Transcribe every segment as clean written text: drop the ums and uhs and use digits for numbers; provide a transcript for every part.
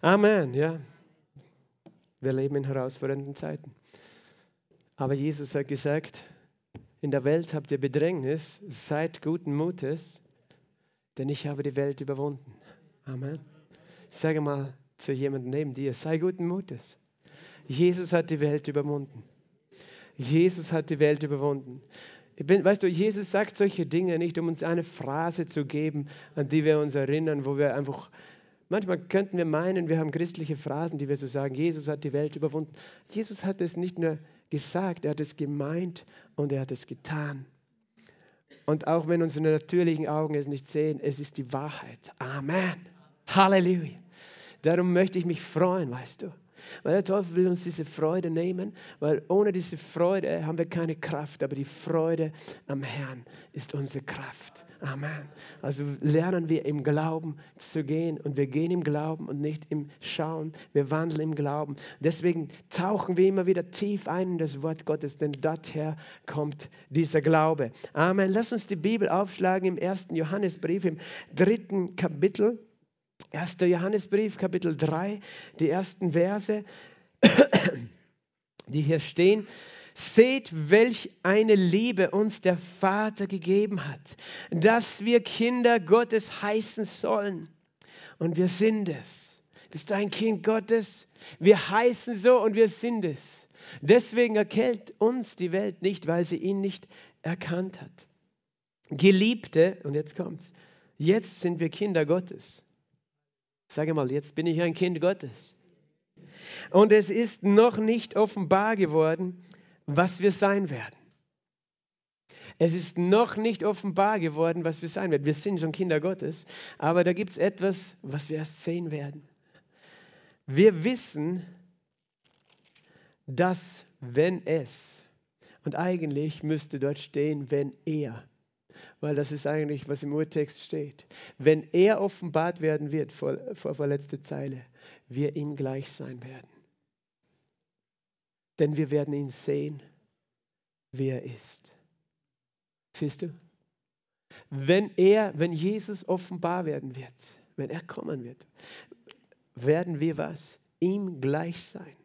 Amen, ja. Wir leben in herausfordernden Zeiten. Aber Jesus hat gesagt, in der Welt habt ihr Bedrängnis, seid guten Mutes, denn ich habe die Welt überwunden. Amen. Sage mal zu jemandem neben dir, sei guten Mutes. Jesus hat die Welt überwunden. Jesus hat die Welt überwunden. Weißt du, Jesus sagt solche Dinge nicht, um uns eine Phrase zu geben, an die wir uns erinnern, wo wir einfach, manchmal könnten wir meinen, wir haben christliche Phrasen, die wir so sagen, Jesus hat die Welt überwunden. Jesus hat es nicht nur gesagt, er hat es gemeint und er hat es getan. Und auch wenn unsere natürlichen Augen es nicht sehen, es ist die Wahrheit. Amen. Halleluja. Darum möchte ich mich freuen, weißt du. Weil der Teufel will uns diese Freude nehmen, weil ohne diese Freude haben wir keine Kraft. Aber die Freude am Herrn ist unsere Kraft. Amen. Also lernen wir im Glauben zu gehen. Und wir gehen im Glauben und nicht im Schauen. Wir wandeln im Glauben. Deswegen tauchen wir immer wieder tief ein in das Wort Gottes, denn dorthin kommt dieser Glaube. Amen. Lass uns die Bibel aufschlagen im 1. Johannesbrief, im 3. Kapitel. 1. Johannesbrief, Kapitel 3, die ersten Verse, die hier stehen. Seht, welch eine Liebe uns der Vater gegeben hat, dass wir Kinder Gottes heißen sollen. Und wir sind es. Bist du ein Kind Gottes? Wir heißen so und wir sind es. Deswegen erkennt uns die Welt nicht, weil sie ihn nicht erkannt hat. Geliebte, und jetzt kommt's, jetzt sind wir Kinder Gottes. Sage mal, jetzt bin ich ein Kind Gottes. Und es ist noch nicht offenbar geworden, was wir sein werden. Es ist noch nicht offenbar geworden, was wir sein werden. Wir sind schon Kinder Gottes, aber da gibt es etwas, was wir erst sehen werden. Wir wissen, dass wenn es, und eigentlich müsste dort stehen, wenn er, weil das ist eigentlich, was im Urtext steht. Wenn er offenbart werden wird, vorletzte Zeile, wir ihm gleich sein werden. Denn wir werden ihn sehen, wie er ist. Siehst du? Wenn Jesus offenbar werden wird, wenn er kommen wird, werden wir was? Ihm gleich sein.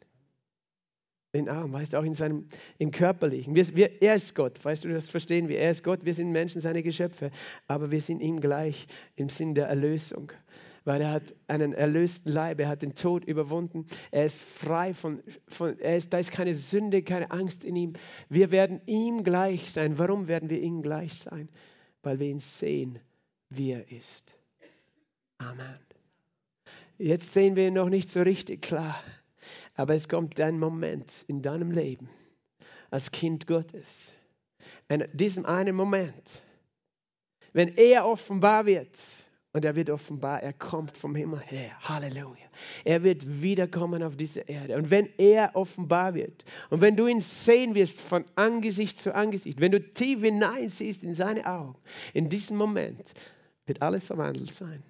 In Arm, weißt du, auch im Körperlichen. Er ist Gott, weißt du, das verstehen wir. Er ist Gott, wir sind Menschen, seine Geschöpfe, aber wir sind ihm gleich im Sinn der Erlösung. Weil er hat einen erlösten Leib, er hat den Tod überwunden, er ist frei da ist keine Sünde, keine Angst in ihm. Wir werden ihm gleich sein. Warum werden wir ihm gleich sein? Weil wir ihn sehen, wie er ist. Amen. Jetzt sehen wir ihn noch nicht so richtig klar. Aber es kommt ein Moment in deinem Leben als Kind Gottes. In diesem einen Moment, wenn er offenbar wird, und er wird offenbar, er kommt vom Himmel her. Halleluja. Er wird wiederkommen auf diese Erde. Und wenn er offenbar wird, und wenn du ihn sehen wirst von Angesicht zu Angesicht, wenn du tief hineinsiehst in seine Augen, in diesem Moment wird alles verwandelt sein.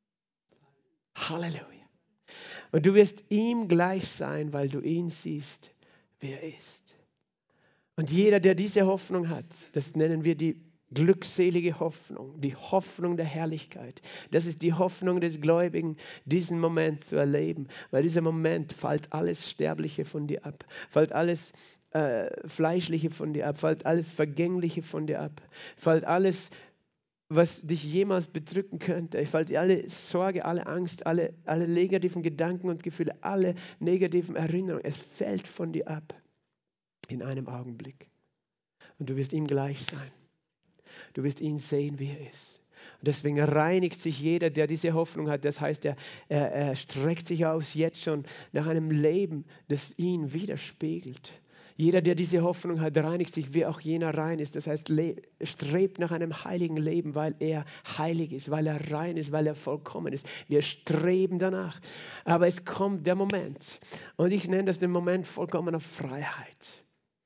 Halleluja. Und du wirst ihm gleich sein, weil du ihn siehst, wie er ist. Und jeder, der diese Hoffnung hat, das nennen wir die glückselige Hoffnung, die Hoffnung der Herrlichkeit. Das ist die Hoffnung des Gläubigen, diesen Moment zu erleben. Weil dieser Moment fällt alles Sterbliche von dir ab, fällt alles Fleischliche von dir ab, fällt alles Vergängliche von dir ab, fällt alles, was dich jemals bedrücken könnte. Fällt dir alle Sorge, alle Angst, alle negativen Gedanken und Gefühle, alle negativen Erinnerungen. Es fällt von dir ab in einem Augenblick. Und du wirst ihm gleich sein. Du wirst ihn sehen, wie er ist. Und deswegen reinigt sich jeder, der diese Hoffnung hat. Das heißt, er streckt sich aus jetzt schon nach einem Leben, das ihn widerspiegelt. Jeder, der diese Hoffnung hat, reinigt sich, wie auch jener rein ist. Das heißt, strebt nach einem heiligen Leben, weil er heilig ist, weil er rein ist, weil er vollkommen ist. Wir streben danach. Aber es kommt der Moment. Und ich nenne das den Moment vollkommener Freiheit.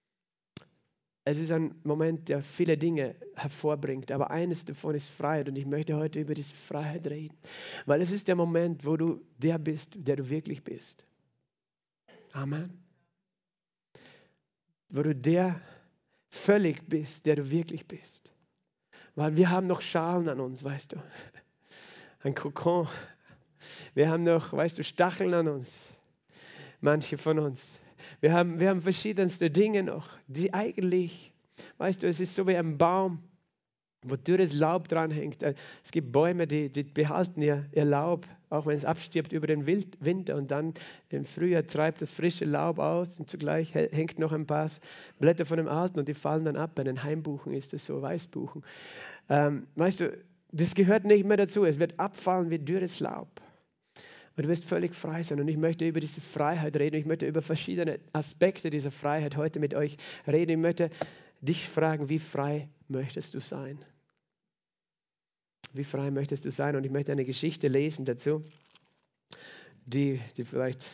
Es ist ein Moment, der viele Dinge hervorbringt, aber eines davon ist Freiheit und ich möchte heute über diese Freiheit reden, weil es ist der Moment, wo du der bist, der du wirklich bist. Amen. Wo du der völlig bist, der du wirklich bist. Weil wir haben noch Schalen an uns, weißt du. Ein Kokon, Wir haben noch, weißt du, Stacheln an uns. Manche von uns. Wir haben verschiedenste Dinge noch, die eigentlich, weißt du, es ist so wie ein Baum, wo dürres Laub dran hängt. Es gibt Bäume, die behalten ihr Laub, auch wenn es abstirbt über den Winter. Und dann im Frühjahr treibt das frische Laub aus und zugleich hängt noch ein paar Blätter von dem alten und die fallen dann ab. Bei den Hainbuchen ist es so, Weißbuchen. Weißt du, das gehört nicht mehr dazu. Es wird abfallen wie dürres Laub. Und du wirst völlig frei sein. Und ich möchte über diese Freiheit reden. Ich möchte über verschiedene Aspekte dieser Freiheit heute mit euch reden. Ich möchte dich fragen, wie frei möchtest du sein? Wie frei möchtest du sein? Und ich möchte eine Geschichte lesen dazu, die vielleicht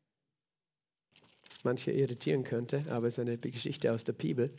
manche irritieren könnte, aber es ist eine Geschichte aus der Bibel.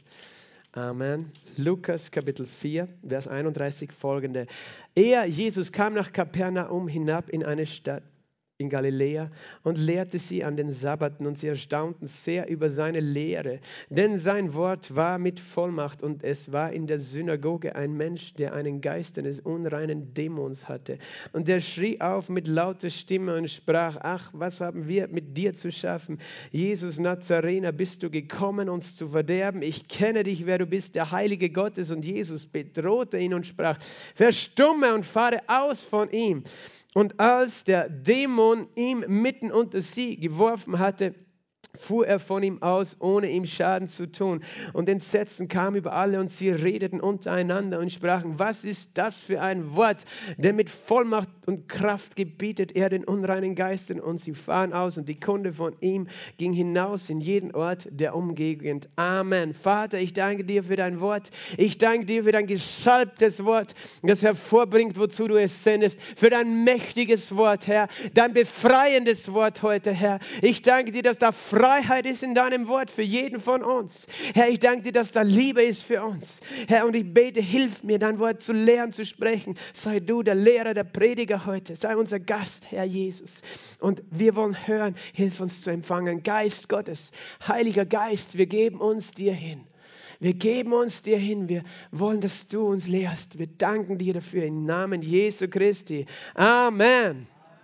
Amen. Lukas Kapitel 4, Vers 31 folgende. Jesus kam nach Kapernaum hinab in eine Stadt in Galiläa und lehrte sie an den Sabbaten und sie erstaunten sehr über seine Lehre, denn sein Wort war mit Vollmacht und es war in der Synagoge ein Mensch, der einen Geist eines unreinen Dämons hatte und der schrie auf mit lauter Stimme und sprach, ach, was haben wir mit dir zu schaffen? Jesus Nazarener, bist du gekommen, uns zu verderben? Ich kenne dich, wer du bist, der Heilige Gottes. Und Jesus bedrohte ihn und sprach, verstumme und fahre aus von ihm. Und als der Dämon ihm mitten unter sie geworfen hatte, fuhr er von ihm aus, ohne ihm Schaden zu tun. Und Entsetzen kam über alle und sie redeten untereinander und sprachen, was ist das für ein Wort, denn mit Vollmacht und Kraft gebietet er den unreinen Geistern und sie fahren aus und die Kunde von ihm ging hinaus in jeden Ort der Umgegend. Amen. Vater, ich danke dir für dein Wort. Ich danke dir für dein gesalbtes Wort, das hervorbringt, wozu du es sendest, für dein mächtiges Wort, Herr, dein befreiendes Wort heute, Herr. Ich danke dir, dass da Freiheit ist in deinem Wort für jeden von uns. Herr, ich danke dir, dass da Liebe ist für uns. Herr, und ich bete, hilf mir, dein Wort zu lehren, zu sprechen. Sei du der Lehrer, der Prediger heute. Sei unser Gast, Herr Jesus. Und wir wollen hören, hilf uns zu empfangen. Geist Gottes, Heiliger Geist, wir geben uns dir hin. Wir geben uns dir hin. Wir wollen, dass du uns lehrst. Wir danken dir dafür im Namen Jesu Christi. Amen.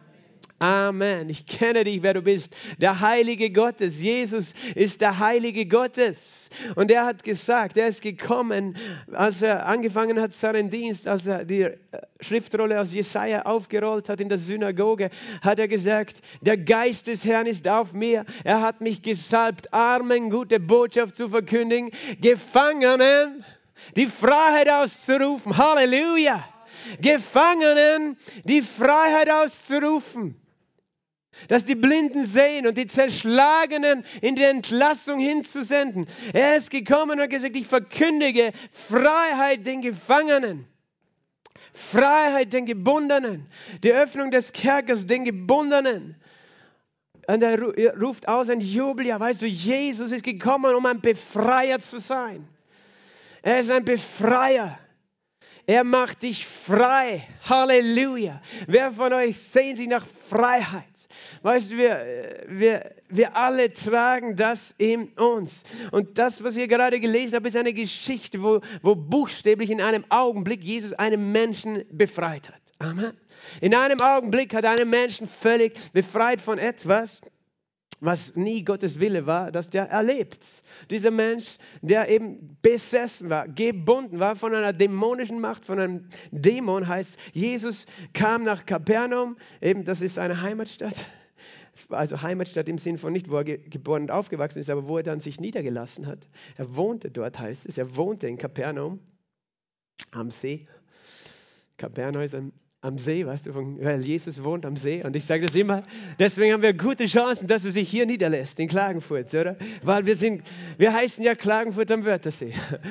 Amen. Ich kenne dich, wer du bist. Der Heilige Gottes. Jesus ist der Heilige Gottes. Und er hat gesagt, er ist gekommen, als er angefangen hat seinen Dienst, als er die Schriftrolle aus Jesaja aufgerollt hat in der Synagoge, hat er gesagt, der Geist des Herrn ist auf mir. Er hat mich gesalbt, Armen gute Botschaft zu verkündigen, Gefangenen die Freiheit auszurufen. Halleluja. Gefangenen die Freiheit auszurufen. Dass die Blinden sehen und die Zerschlagenen in die Entlassung hinzusenden. Er ist gekommen und hat gesagt, ich verkündige Freiheit den Gefangenen. Freiheit den Gebundenen. Die Öffnung des Kerkers den Gebundenen. Und er ruft aus ein Jubel. Ja, weißt du, Jesus ist gekommen, um ein Befreier zu sein. Er ist ein Befreier. Er macht dich frei. Halleluja. Wer von euch sehnt sich nach Freiheit? Weißt du, wir alle tragen das in uns. Und das, was ihr gerade gelesen habt, ist eine Geschichte, wo buchstäblich in einem Augenblick Jesus einen Menschen befreit hat. Amen. In einem Augenblick hat er einen Menschen völlig befreit von etwas, was nie Gottes Wille war, dass der erlebt. Dieser Mensch, der eben besessen war, gebunden war von einer dämonischen Macht, von einem Dämon, heißt, Jesus kam nach Kapernaum, eben das ist eine Heimatstadt, also Heimatstadt im Sinn von nicht, wo er geboren und aufgewachsen ist, aber wo er dann sich niedergelassen hat. Er wohnte dort, heißt es, er wohnte in Kapernaum am See. Kapernaum ist am See, weißt du, weil Jesus wohnt am See. Und ich sage das immer, deswegen haben wir gute Chancen, dass er sich hier niederlässt, in Klagenfurt, oder? Weil wir heißen ja Klagenfurt am Wörthersee.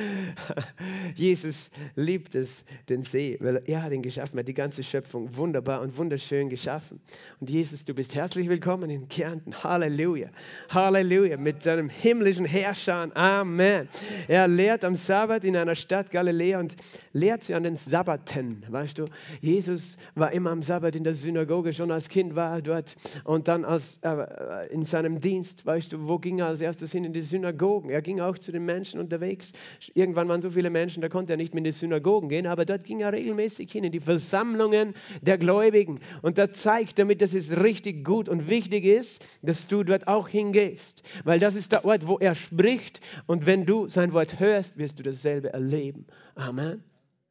Jesus liebt es, den See, weil er hat ihn geschaffen, er hat die ganze Schöpfung wunderbar und wunderschön geschaffen. Und Jesus, du bist herzlich willkommen in Kärnten. Halleluja. Halleluja. Mit seinem himmlischen Herrscher. Amen. Er lehrt am Sabbat in einer Stadt Galiläa und lehrt sie an den Sabbaten. Weißt du, Jesus Jesus war immer am Sabbat in der Synagoge, schon als Kind war er dort. Und dann in seinem Dienst, weißt du, wo ging er als erstes hin? In die Synagogen. Er ging auch zu den Menschen unterwegs. Irgendwann waren so viele Menschen, da konnte er nicht mehr in die Synagogen gehen, aber dort ging er regelmäßig hin, in die Versammlungen der Gläubigen. Und da zeigt damit, dass es richtig gut und wichtig ist, dass du dort auch hingehst. Weil das ist der Ort, wo er spricht. Und wenn du sein Wort hörst, wirst du dasselbe erleben. Amen.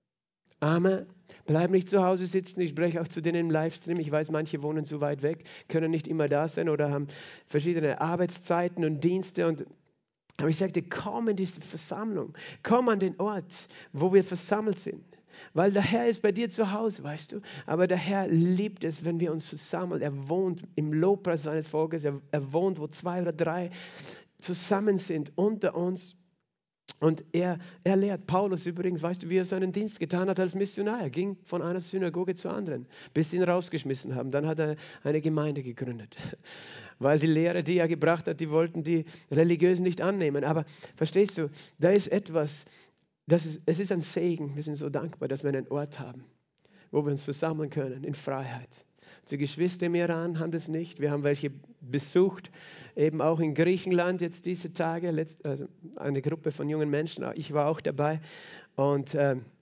Amen. Bleib nicht zu Hause sitzen. Ich spreche auch zu denen im Livestream. Ich weiß, manche wohnen zu weit weg, können nicht immer da sein oder haben verschiedene Arbeitszeiten und Dienste. Aber ich sagte, komm in diese Versammlung. Komm an den Ort, wo wir versammelt sind. Weil der Herr ist bei dir zu Hause, weißt du. Aber der Herr liebt es, wenn wir uns versammeln. Er wohnt im Lobpreis seines Volkes. Er wohnt, wo 2 oder 3 zusammen sind unter uns. Und er lehrt. Paulus übrigens, weißt du, wie er seinen Dienst getan hat als Missionar. Er ging von einer Synagoge zur anderen, bis sie ihn rausgeschmissen haben. Dann hat er eine Gemeinde gegründet. Weil die Lehre, die er gebracht hat, die wollten die Religiösen nicht annehmen. Aber verstehst du, da ist etwas, es ist ein Segen. Wir sind so dankbar, dass wir einen Ort haben, wo wir uns versammeln können in Freiheit. Die Geschwister im Iran haben das nicht. Wir haben welche besucht, eben auch in Griechenland jetzt diese Tage, also eine Gruppe von jungen Menschen. Ich war auch dabei und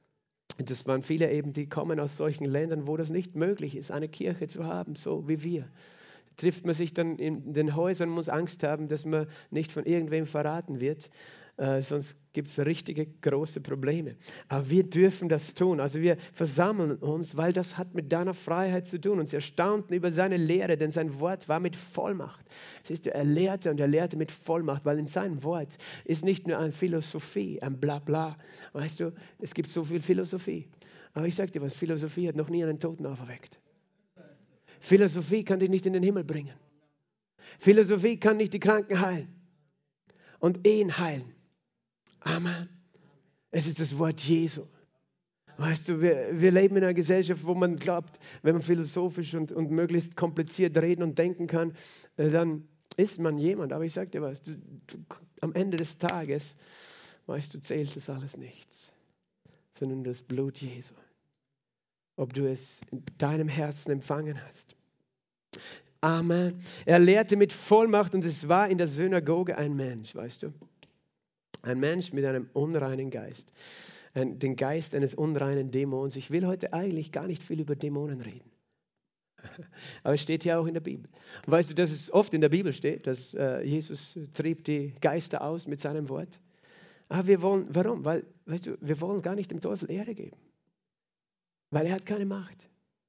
das waren viele eben, die kommen aus solchen Ländern, wo das nicht möglich ist, eine Kirche zu haben, so wie wir. Trifft man sich dann in den Häusern und muss Angst haben, dass man nicht von irgendwem verraten wird. Sonst gibt es richtige große Probleme. Aber wir dürfen das tun. Also wir versammeln uns, weil das hat mit deiner Freiheit zu tun. Und sie erstaunten über seine Lehre, denn sein Wort war mit Vollmacht. Siehst du, er lehrte mit Vollmacht, weil in seinem Wort ist nicht nur eine Philosophie, ein Blabla. Weißt du, es gibt so viel Philosophie. Aber ich sage dir was, Philosophie hat noch nie einen Toten auferweckt. Philosophie kann dich nicht in den Himmel bringen. Philosophie kann nicht die Kranken heilen und Ehen heilen. Amen. Es ist das Wort Jesu. Weißt du, wir leben in einer Gesellschaft, wo man glaubt, wenn man philosophisch und möglichst kompliziert reden und denken kann, dann ist man jemand. Aber ich sage dir was, am Ende des Tages, weißt du, zählt das alles nichts, sondern das Blut Jesu. Ob du es in deinem Herzen empfangen hast. Amen. Er lehrte mit Vollmacht und es war in der Synagoge ein Mensch, weißt du? Ein Mensch mit einem unreinen Geist. Den Geist eines unreinen Dämons. Ich will heute eigentlich gar nicht viel über Dämonen reden. Aber es steht ja auch in der Bibel. Und weißt du, dass es oft in der Bibel steht, dass Jesus trieb die Geister aus mit seinem Wort. Aber wir wollen, warum? Weil, weißt du, wir wollen gar nicht dem Teufel Ehre geben. Weil er hat keine Macht.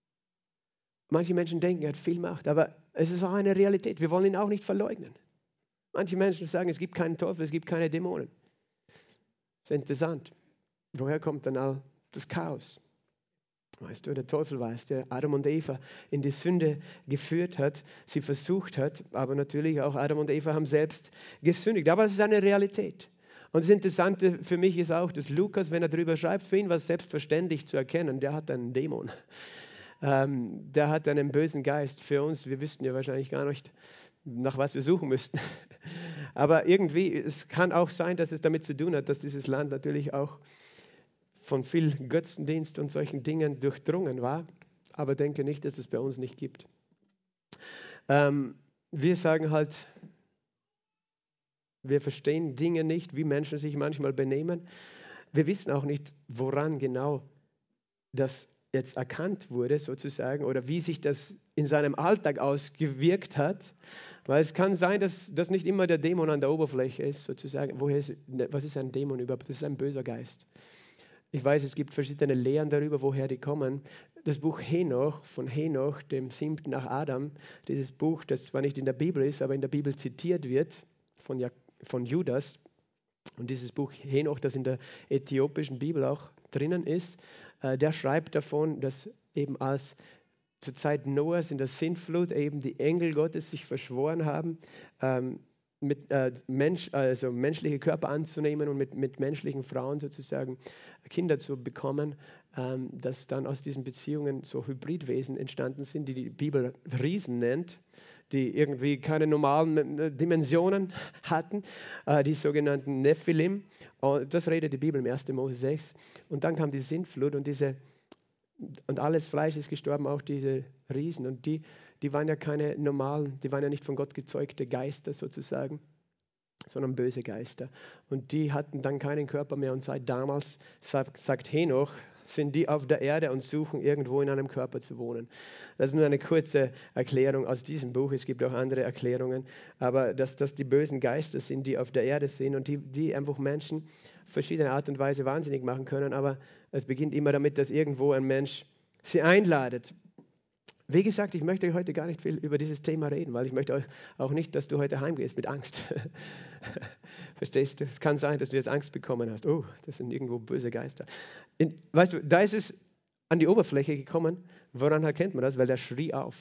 Manche Menschen denken, er hat viel Macht, aber es ist auch eine Realität. Wir wollen ihn auch nicht verleugnen. Manche Menschen sagen, es gibt keinen Teufel, es gibt keine Dämonen. Das ist interessant. Woher kommt dann all das Chaos? Weißt du, der Teufel war es, der Adam und Eva in die Sünde geführt hat, sie versucht hat, aber natürlich auch Adam und Eva haben selbst gesündigt. Aber es ist eine Realität. Und das Interessante für mich ist auch, dass Lukas, wenn er darüber schreibt, für ihn war es selbstverständlich zu erkennen, der hat einen Dämon. Der hat einen bösen Geist für uns. Wir wüssten ja wahrscheinlich gar nicht, nach was wir suchen müssten. Aber irgendwie, es kann auch sein, dass es damit zu tun hat, dass dieses Land natürlich auch von viel Götzendienst und solchen Dingen durchdrungen war. Aber denke nicht, dass es bei uns nicht gibt. Wir sagen halt, wir verstehen Dinge nicht, wie Menschen sich manchmal benehmen. Wir wissen auch nicht, woran genau das jetzt erkannt wurde, sozusagen, oder wie sich das in seinem Alltag ausgewirkt hat. Weil es kann sein, dass das nicht immer der Dämon an der Oberfläche ist, sozusagen. Was ist ein Dämon überhaupt? Das ist ein böser Geist. Ich weiß, es gibt verschiedene Lehren darüber, woher die kommen. Das Buch Henoch, von Henoch, dem 7. nach Adam, dieses Buch, das zwar nicht in der Bibel ist, aber in der Bibel zitiert wird, von Judas. Und dieses Buch Henoch, das in der äthiopischen Bibel auch drinnen ist, der schreibt davon, dass eben als zur Zeit Noahs in der Sintflut eben die Engel Gottes sich verschworen haben, also menschliche Körper anzunehmen und mit menschlichen Frauen sozusagen Kinder zu bekommen, dass dann aus diesen Beziehungen so Hybridwesen entstanden sind, die die Bibel Riesen nennt, die irgendwie keine normalen Dimensionen hatten, die sogenannten Nephilim. Das redet die Bibel im 1. Mose 6. Und dann kam die Sintflut und diese Und alles Fleisch ist gestorben, auch diese Riesen. Und die waren ja keine normalen, die waren ja nicht von Gott gezeugte Geister sozusagen, sondern böse Geister. Und die hatten dann keinen Körper mehr. Und seit damals, sagt Henoch, sind die auf der Erde und suchen irgendwo in einem Körper zu wohnen. Das ist nur eine kurze Erklärung aus diesem Buch. Es gibt auch andere Erklärungen. Aber dass das die bösen Geister sind, die auf der Erde sind und die einfach Menschen auf verschiedene Art und Weise wahnsinnig machen können. Aber es beginnt immer damit, dass irgendwo ein Mensch sie einladet. Wie gesagt, ich möchte heute gar nicht viel über dieses Thema reden, weil ich möchte auch nicht, dass du heute heimgehst mit Angst. Verstehst du? Es kann sein, dass du jetzt Angst bekommen hast. Oh, das sind irgendwo böse Geister. Weißt du, da ist es an die Oberfläche gekommen. Woran erkennt man das? Weil der schrie auf.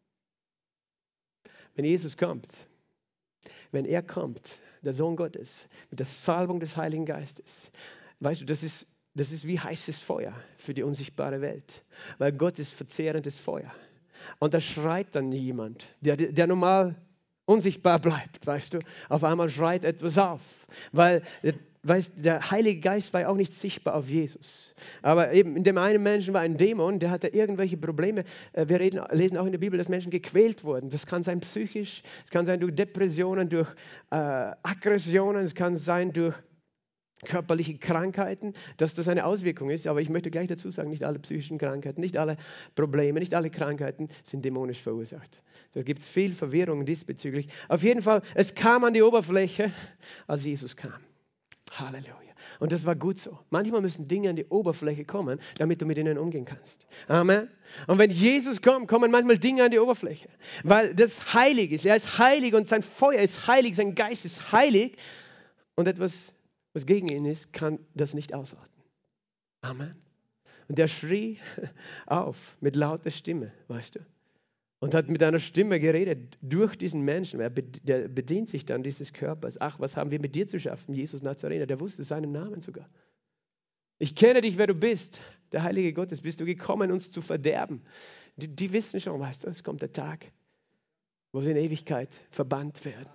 Wenn Jesus kommt, wenn er kommt, der Sohn Gottes, mit der Salbung des Heiligen Geistes, weißt du, das ist wie heißes Feuer für die unsichtbare Welt. Weil Gott ist verzehrendes Feuer. Und da schreit dann jemand, der normal unsichtbar bleibt, weißt du. Auf einmal schreit etwas auf, weil der Heilige Geist war ja auch nicht sichtbar auf Jesus. Aber eben in dem einen Menschen war ein Dämon, der hatte irgendwelche Probleme. Wir lesen auch in der Bibel, dass Menschen gequält wurden. Das kann sein psychisch, es kann sein durch Depressionen, durch Aggressionen, es kann sein durch körperliche Krankheiten, dass das eine Auswirkung ist. Aber ich möchte gleich dazu sagen, nicht alle psychischen Krankheiten, nicht alle Probleme, nicht alle Krankheiten sind dämonisch verursacht. Da gibt es viel Verwirrung diesbezüglich. Auf jeden Fall, es kam an die Oberfläche, als Jesus kam. Halleluja. Und das war gut so. Manchmal müssen Dinge an die Oberfläche kommen, damit du mit ihnen umgehen kannst. Amen. Und wenn Jesus kommt, kommen manchmal Dinge an die Oberfläche, weil das heilig ist. Er ist heilig und sein Feuer ist heilig, sein Geist ist heilig. Und etwas, was gegen ihn ist, kann das nicht aushalten. Amen. Und der schrie auf mit lauter Stimme, weißt du. Und hat mit einer Stimme geredet durch diesen Menschen. Der bedient sich dann dieses Körpers. Ach, was haben wir mit dir zu schaffen? Jesus Nazarener, der wusste seinen Namen sogar. Ich kenne dich, wer du bist. Der Heilige Gottes, bist du gekommen, uns zu verderben. Die wissen schon, weißt du, es kommt der Tag, wo sie in Ewigkeit verbannt werden.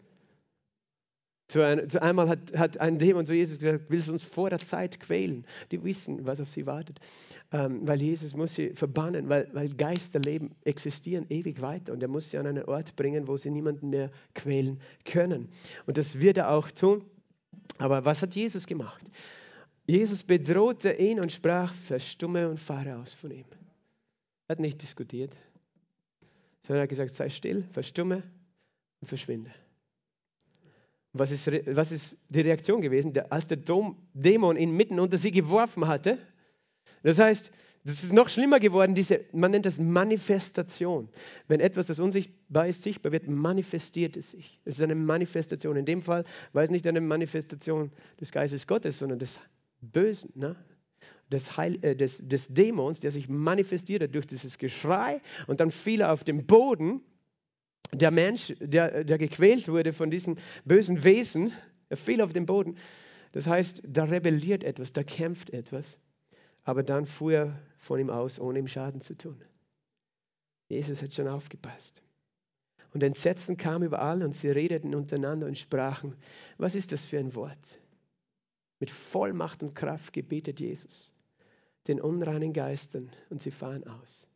Einmal hat ein Dämon zu Jesus gesagt, willst du uns vor der Zeit quälen? Die wissen, was auf sie wartet. Weil Jesus muss sie verbannen, weil Geisterleben existieren ewig weiter. Und er muss sie an einen Ort bringen, wo sie niemanden mehr quälen können. Und das wird er auch tun. Aber was hat Jesus gemacht? Jesus bedrohte ihn und sprach, verstumme und fahre aus von ihm. Er hat nicht diskutiert, sondern er hat gesagt, sei still, verstumme und verschwinde. Was ist die Reaktion gewesen, als der Dämon ihn mitten unter sie geworfen hatte? Das heißt, das ist noch schlimmer geworden, man nennt das Manifestation. Wenn etwas, das unsichtbar ist, sichtbar wird, manifestiert es sich. Es ist eine Manifestation. In dem Fall war es nicht eine Manifestation des Geistes Gottes, sondern des Bösen, ne? des Dämons, der sich manifestierte durch dieses Geschrei und dann fiel er auf den Boden. Der Mensch, der gequält wurde von diesem bösen Wesen, er fiel auf den Boden. Das heißt, da rebelliert etwas, da kämpft etwas. Aber dann fuhr er von ihm aus, ohne ihm Schaden zu tun. Jesus hat schon aufgepasst. Und Entsetzen kam über alle und sie redeten untereinander und sprachen, was ist das für ein Wort? Mit Vollmacht und Kraft gebietet Jesus den unreinen Geistern und sie fahren aus.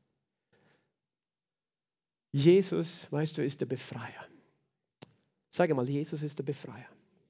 Jesus, weißt du, ist der Befreier. Sag mal, Jesus ist der Befreier.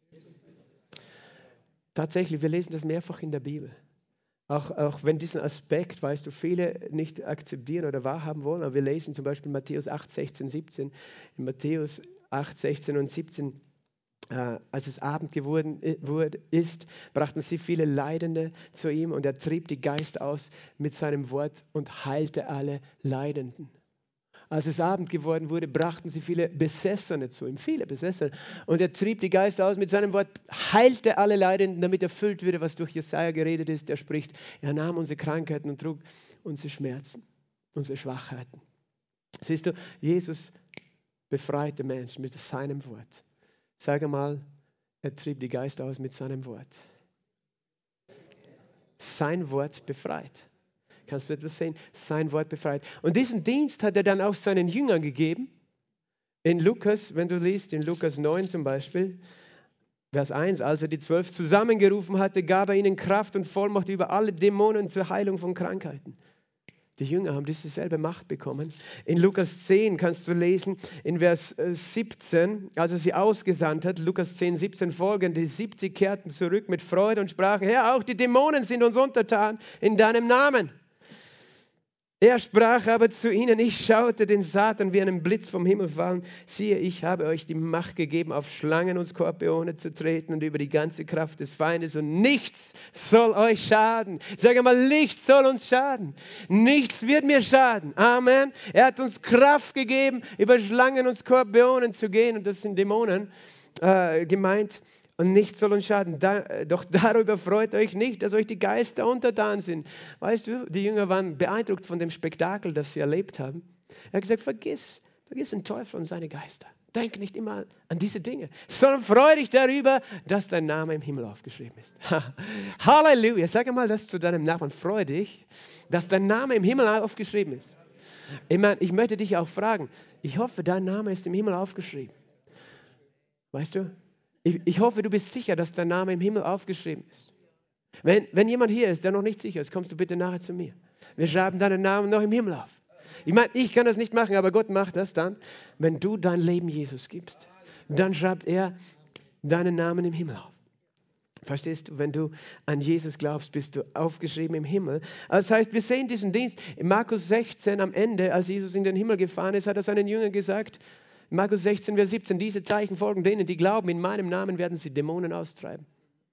Tatsächlich, wir lesen das mehrfach in der Bibel. Auch wenn diesen Aspekt, weißt du, viele nicht akzeptieren oder wahrhaben wollen. Aber wir lesen zum Beispiel Matthäus 8, 16, 17. In Matthäus 8, 16 und 17, als es Abend geworden ist, brachten sie viele Leidende zu ihm und er trieb die Geister aus mit seinem Wort und heilte alle Leidenden. Als es Abend geworden wurde, brachten sie viele Besessene zu ihm, viele Besessene. Und er trieb die Geister aus mit seinem Wort, heilte alle Leidenden, damit erfüllt würde, was durch Jesaja geredet ist. Er spricht, er nahm unsere Krankheiten und trug unsere Schmerzen, unsere Schwachheiten. Siehst du, Jesus befreite Menschen mit seinem Wort. Sag einmal, er trieb die Geister aus mit seinem Wort. Sein Wort befreit. Kannst du etwas sehen? Sein Wort befreit. Und diesen Dienst hat er dann auch seinen Jüngern gegeben. In Lukas, wenn du liest, in Lukas 9 zum Beispiel, Vers 1, als er die 12 zusammengerufen hatte, gab er ihnen Kraft und Vollmacht über alle Dämonen zur Heilung von Krankheiten. Die Jünger haben diese selbe Macht bekommen. In Lukas 10 kannst du lesen, in Vers 17, als er sie ausgesandt hat, Lukas 10, 17 folgend, die 70 kehrten zurück mit Freude und sprachen, Herr, auch die Dämonen sind uns untertan in deinem Namen. Er sprach aber zu ihnen, ich schaute den Satan wie einen Blitz vom Himmel fallen. Siehe, ich habe euch die Macht gegeben, auf Schlangen und Skorpione zu treten und über die ganze Kraft des Feindes und nichts soll euch schaden. Sag einmal, nichts soll uns schaden. Nichts wird mir schaden. Amen. Er hat uns Kraft gegeben, über Schlangen und Skorpionen zu gehen und das sind Dämonen gemeint. Und nichts soll uns schaden. Doch darüber freut euch nicht, dass euch die Geister untertan sind. Weißt du, die Jünger waren beeindruckt von dem Spektakel, das sie erlebt haben. Er hat gesagt, vergiss den Teufel und seine Geister. Denk nicht immer an diese Dinge, sondern freu dich darüber, dass dein Name im Himmel aufgeschrieben ist. Halleluja. Sag einmal das zu deinem Nachbarn. Freu dich, dass dein Name im Himmel aufgeschrieben ist. Ich möchte dich auch fragen, ich hoffe, dein Name ist im Himmel aufgeschrieben. Weißt du? Ich hoffe, du bist sicher, dass dein Name im Himmel aufgeschrieben ist. Wenn jemand hier ist, der noch nicht sicher ist, kommst du bitte nachher zu mir. Wir schreiben deinen Namen noch im Himmel auf. Ich kann das nicht machen, aber Gott macht das dann. Wenn du dein Leben Jesus gibst, dann schreibt er deinen Namen im Himmel auf. Verstehst du? Wenn du an Jesus glaubst, bist du aufgeschrieben im Himmel. Das heißt, wir sehen diesen Dienst in Markus 16 am Ende, als Jesus in den Himmel gefahren ist, hat er seinen Jüngern gesagt, Markus 16, Vers 17, diese Zeichen folgen denen, die glauben, in meinem Namen werden sie Dämonen austreiben.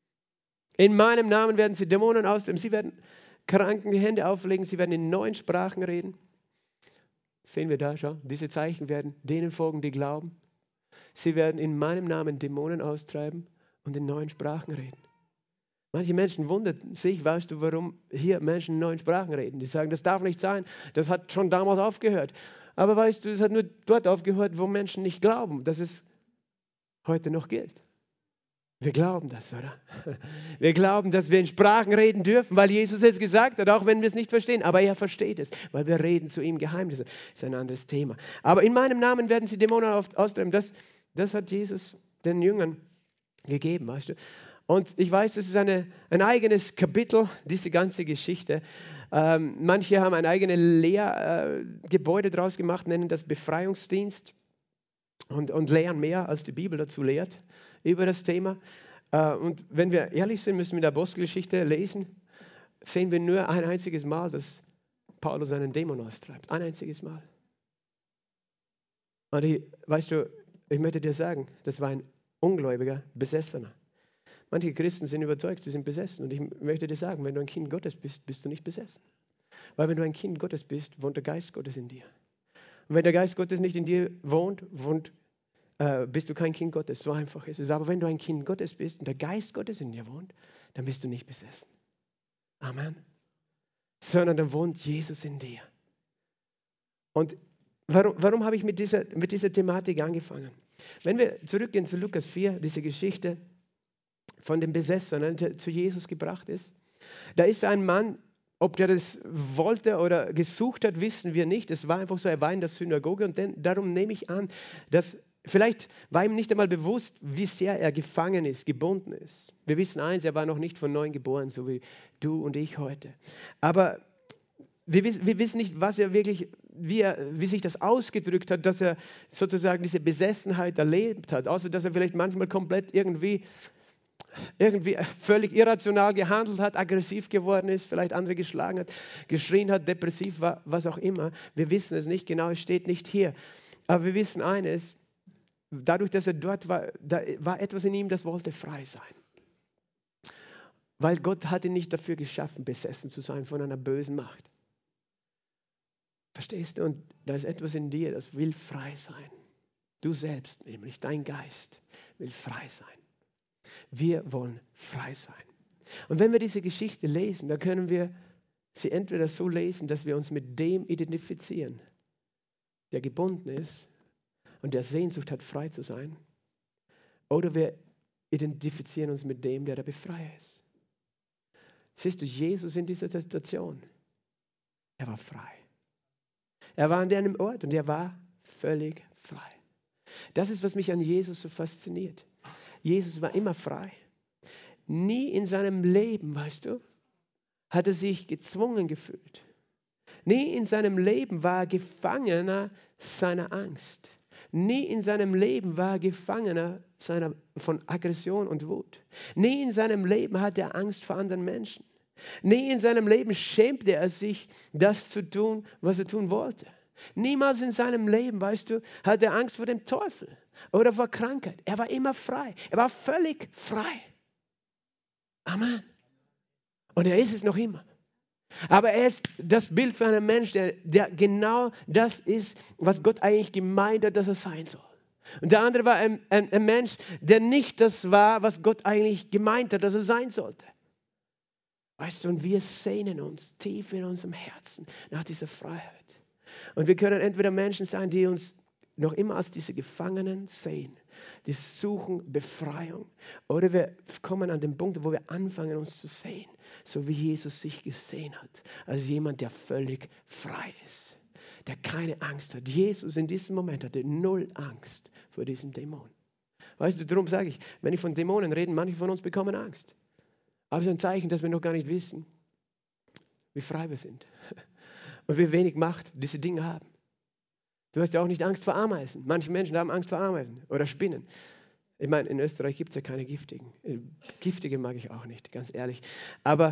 In meinem Namen werden sie Dämonen austreiben. Sie werden Kranken die Hände auflegen, sie werden in neuen Sprachen reden. Sehen wir da, schau, diese Zeichen werden denen folgen, die glauben. Sie werden in meinem Namen Dämonen austreiben und in neuen Sprachen reden. Manche Menschen wundern sich, weißt du, warum hier Menschen in neuen Sprachen reden. Die sagen, das darf nicht sein, das hat schon damals aufgehört. Aber weißt du, es hat nur dort aufgehört, wo Menschen nicht glauben, dass es heute noch gilt. Wir glauben das, oder? Wir glauben, dass wir in Sprachen reden dürfen, weil Jesus es gesagt hat, auch wenn wir es nicht verstehen. Aber er versteht es, weil wir reden zu ihm Geheimnisse. Das ist ein anderes Thema. Aber in meinem Namen werden sie Dämonen austreiben. Das hat Jesus den Jüngern gegeben, weißt du. Und ich weiß, es ist ein eigenes Kapitel, diese ganze Geschichte. Manche haben ein eigenes Lehrgebäude draus gemacht, nennen das Befreiungsdienst und lehren mehr, als die Bibel dazu lehrt über das Thema. Und wenn wir ehrlich sind, müssen wir in der Apostelgeschichte lesen, sehen wir nur ein einziges Mal, dass Paulus einen Dämon austreibt. Ein einziges Mal. Und weißt du, ich möchte dir sagen, das war ein ungläubiger Besessener. Manche Christen sind überzeugt, sie sind besessen. Und ich möchte dir sagen, wenn du ein Kind Gottes bist, bist du nicht besessen. Weil wenn du ein Kind Gottes bist, wohnt der Geist Gottes in dir. Und wenn der Geist Gottes nicht in dir wohnt, bist du kein Kind Gottes. So einfach ist es. Aber wenn du ein Kind Gottes bist und der Geist Gottes in dir wohnt, dann bist du nicht besessen. Amen. Sondern dann wohnt Jesus in dir. Und warum habe ich mit dieser Thematik angefangen? Wenn wir zurückgehen zu Lukas 4, diese Geschichte von dem Besessenen, der zu Jesus gebracht ist, da ist ein Mann, ob der das wollte oder gesucht hat, wissen wir nicht. Es war einfach so, er war in der Synagoge und darum nehme ich an, dass vielleicht war ihm nicht einmal bewusst, wie sehr er gefangen ist, gebunden ist. Wir wissen eins, er war noch nicht von neuem geboren, so wie du und ich heute. Aber wir wissen nicht, was er wirklich, wie sich das ausgedrückt hat, dass er sozusagen diese Besessenheit erlebt hat. Außer, dass er vielleicht manchmal komplett irgendwie völlig irrational gehandelt hat, aggressiv geworden ist, vielleicht andere geschlagen hat, geschrien hat, depressiv war, was auch immer. Wir wissen es nicht genau, es steht nicht hier. Aber wir wissen eines, dadurch, dass er dort war, da war etwas in ihm, das wollte frei sein. Weil Gott hat ihn nicht dafür geschaffen, besessen zu sein von einer bösen Macht. Verstehst du? Und da ist etwas in dir, das will frei sein. Du selbst nämlich, dein Geist will frei sein. Wir wollen frei sein. Und wenn wir diese Geschichte lesen, dann können wir sie entweder so lesen, dass wir uns mit dem identifizieren, der gebunden ist und der Sehnsucht hat, frei zu sein. Oder wir identifizieren uns mit dem, der der Befreier ist. Siehst du, Jesus in dieser Situation, er war frei. Er war an einem Ort und er war völlig frei. Das ist, was mich an Jesus so fasziniert. Jesus war immer frei. Nie in seinem Leben, weißt du, hat er sich gezwungen gefühlt. Nie in seinem Leben war er Gefangener seiner Angst. Nie in seinem Leben war er Gefangener von Aggression und Wut. Nie in seinem Leben hatte er Angst vor anderen Menschen. Nie in seinem Leben schämte er sich, das zu tun, was er tun wollte. Niemals in seinem Leben, weißt du, hatte er Angst vor dem Teufel oder vor Krankheit. Er war immer frei. Er war völlig frei. Amen. Und er ist es noch immer. Aber er ist das Bild für einen Menschen, der genau das ist, was Gott eigentlich gemeint hat, dass er sein soll. Und der andere war ein Mensch, der nicht das war, was Gott eigentlich gemeint hat, dass er sein sollte. Weißt du, und wir sehnen uns tief in unserem Herzen nach dieser Freiheit. Und wir können entweder Menschen sein, die uns noch immer als diese Gefangenen sehen, die suchen Befreiung. Oder wir kommen an den Punkt, wo wir anfangen, uns zu sehen, so wie Jesus sich gesehen hat, als jemand, der völlig frei ist, der keine Angst hat. Jesus in diesem Moment hatte null Angst vor diesem Dämon. Weißt du, darum sage ich, wenn ich von Dämonen rede, manche von uns bekommen Angst. Aber es ist ein Zeichen, dass wir noch gar nicht wissen, wie frei wir sind. Und wie wenig Macht diese Dinge haben. Du hast ja auch nicht Angst vor Ameisen. Manche Menschen haben Angst vor Ameisen oder Spinnen. Ich meine, in Österreich gibt es ja keine giftigen. Giftige mag ich auch nicht, ganz ehrlich. Aber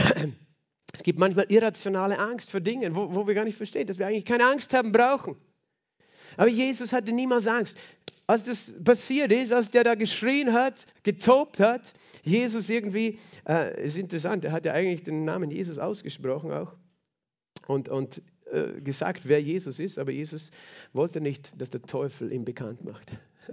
es gibt manchmal irrationale Angst vor Dingen, wo wir gar nicht verstehen, dass wir eigentlich keine Angst haben brauchen. Aber Jesus hatte niemals Angst. Als das passiert ist, als der da geschrien hat, getobt hat, Jesus irgendwie, ist interessant, er hat ja eigentlich den Namen Jesus ausgesprochen auch und gesagt, wer Jesus ist, aber Jesus wollte nicht, dass der Teufel ihn bekannt macht.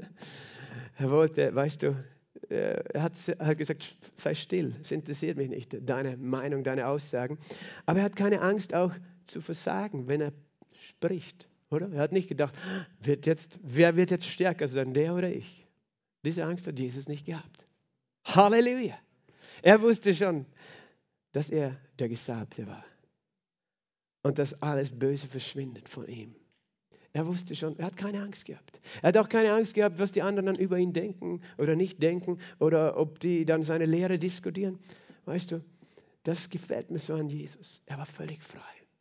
Er wollte, weißt du, er hat gesagt, sei still, es interessiert mich nicht, deine Meinung, deine Aussagen. Aber er hat keine Angst auch zu versagen, wenn er spricht. Oder? Er hat nicht gedacht, wer wird jetzt stärker sein, der oder ich? Diese Angst hat Jesus nicht gehabt. Halleluja! Er wusste schon, dass er der Gesalbte war. Und dass alles Böse verschwindet von ihm. Er wusste schon, er hat keine Angst gehabt. Er hat auch keine Angst gehabt, was die anderen dann über ihn denken oder nicht denken oder ob die dann seine Lehre diskutieren. Weißt du, das gefällt mir so an Jesus. Er war völlig frei.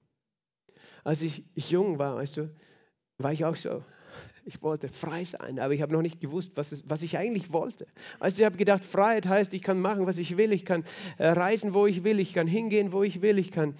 Als ich jung war, weißt du, war ich auch so. Ich wollte frei sein, aber ich habe noch nicht gewusst, was ich eigentlich wollte. Also ich habe gedacht, Freiheit heißt, ich kann machen, was ich will. Ich kann reisen, wo ich will. Ich kann hingehen, wo ich will. Ich kann,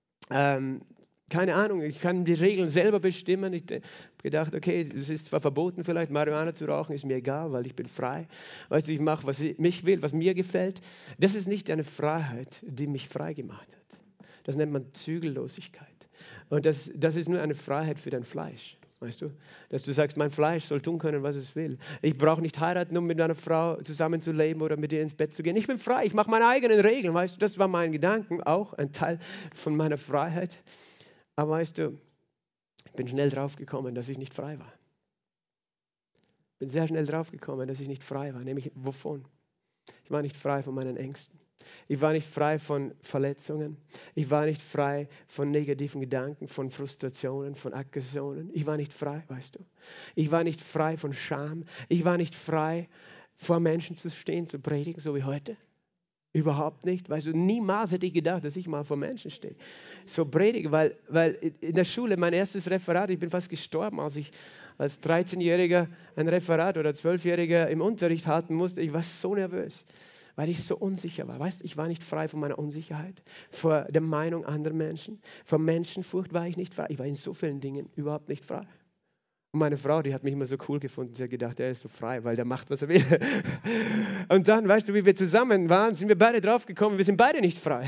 keine Ahnung, ich kann die Regeln selber bestimmen. Ich habe gedacht, okay, es ist zwar verboten, vielleicht Marihuana zu rauchen, ist mir egal, weil ich bin frei. Weißt du, ich mache, was ich mich will, was mir gefällt. Das ist nicht eine Freiheit, die mich frei gemacht hat. Das nennt man Zügellosigkeit. Und das ist nur eine Freiheit für dein Fleisch. Weißt du, dass du sagst, mein Fleisch soll tun können, was es will. Ich brauche nicht heiraten, um mit einer Frau zusammenzuleben oder mit ihr ins Bett zu gehen. Ich bin frei, ich mache meine eigenen Regeln. Weißt du, das war mein Gedanken, auch ein Teil von meiner Freiheit. Aber weißt du, ich bin schnell drauf gekommen, dass ich nicht frei war. Ich bin sehr schnell drauf gekommen, dass ich nicht frei war. Nämlich wovon? Ich war nicht frei von meinen Ängsten. Ich war nicht frei von Verletzungen. Ich war nicht frei von negativen Gedanken, von Frustrationen, von Aggressionen. Ich war nicht frei, weißt du. Ich war nicht frei von Scham. Ich war nicht frei, vor Menschen zu stehen, zu predigen, so wie heute. Überhaupt nicht. Weißt du, niemals hätte ich gedacht, dass ich mal vor Menschen stehe. So predige, weil in der Schule, mein erstes Referat, ich bin fast gestorben, als ich als 13-Jähriger ein Referat oder 12-Jähriger im Unterricht halten musste. Ich war so nervös, weil ich so unsicher war. Weißt du, ich war nicht frei von meiner Unsicherheit, vor der Meinung anderer Menschen. Vor Menschenfurcht war ich nicht frei. Ich war in so vielen Dingen überhaupt nicht frei. Und meine Frau, die hat mich immer so cool gefunden. Sie hat gedacht, er ist so frei, weil der macht, was er will. Und dann, weißt du, wie wir zusammen waren, sind wir beide draufgekommen, wir sind beide nicht frei.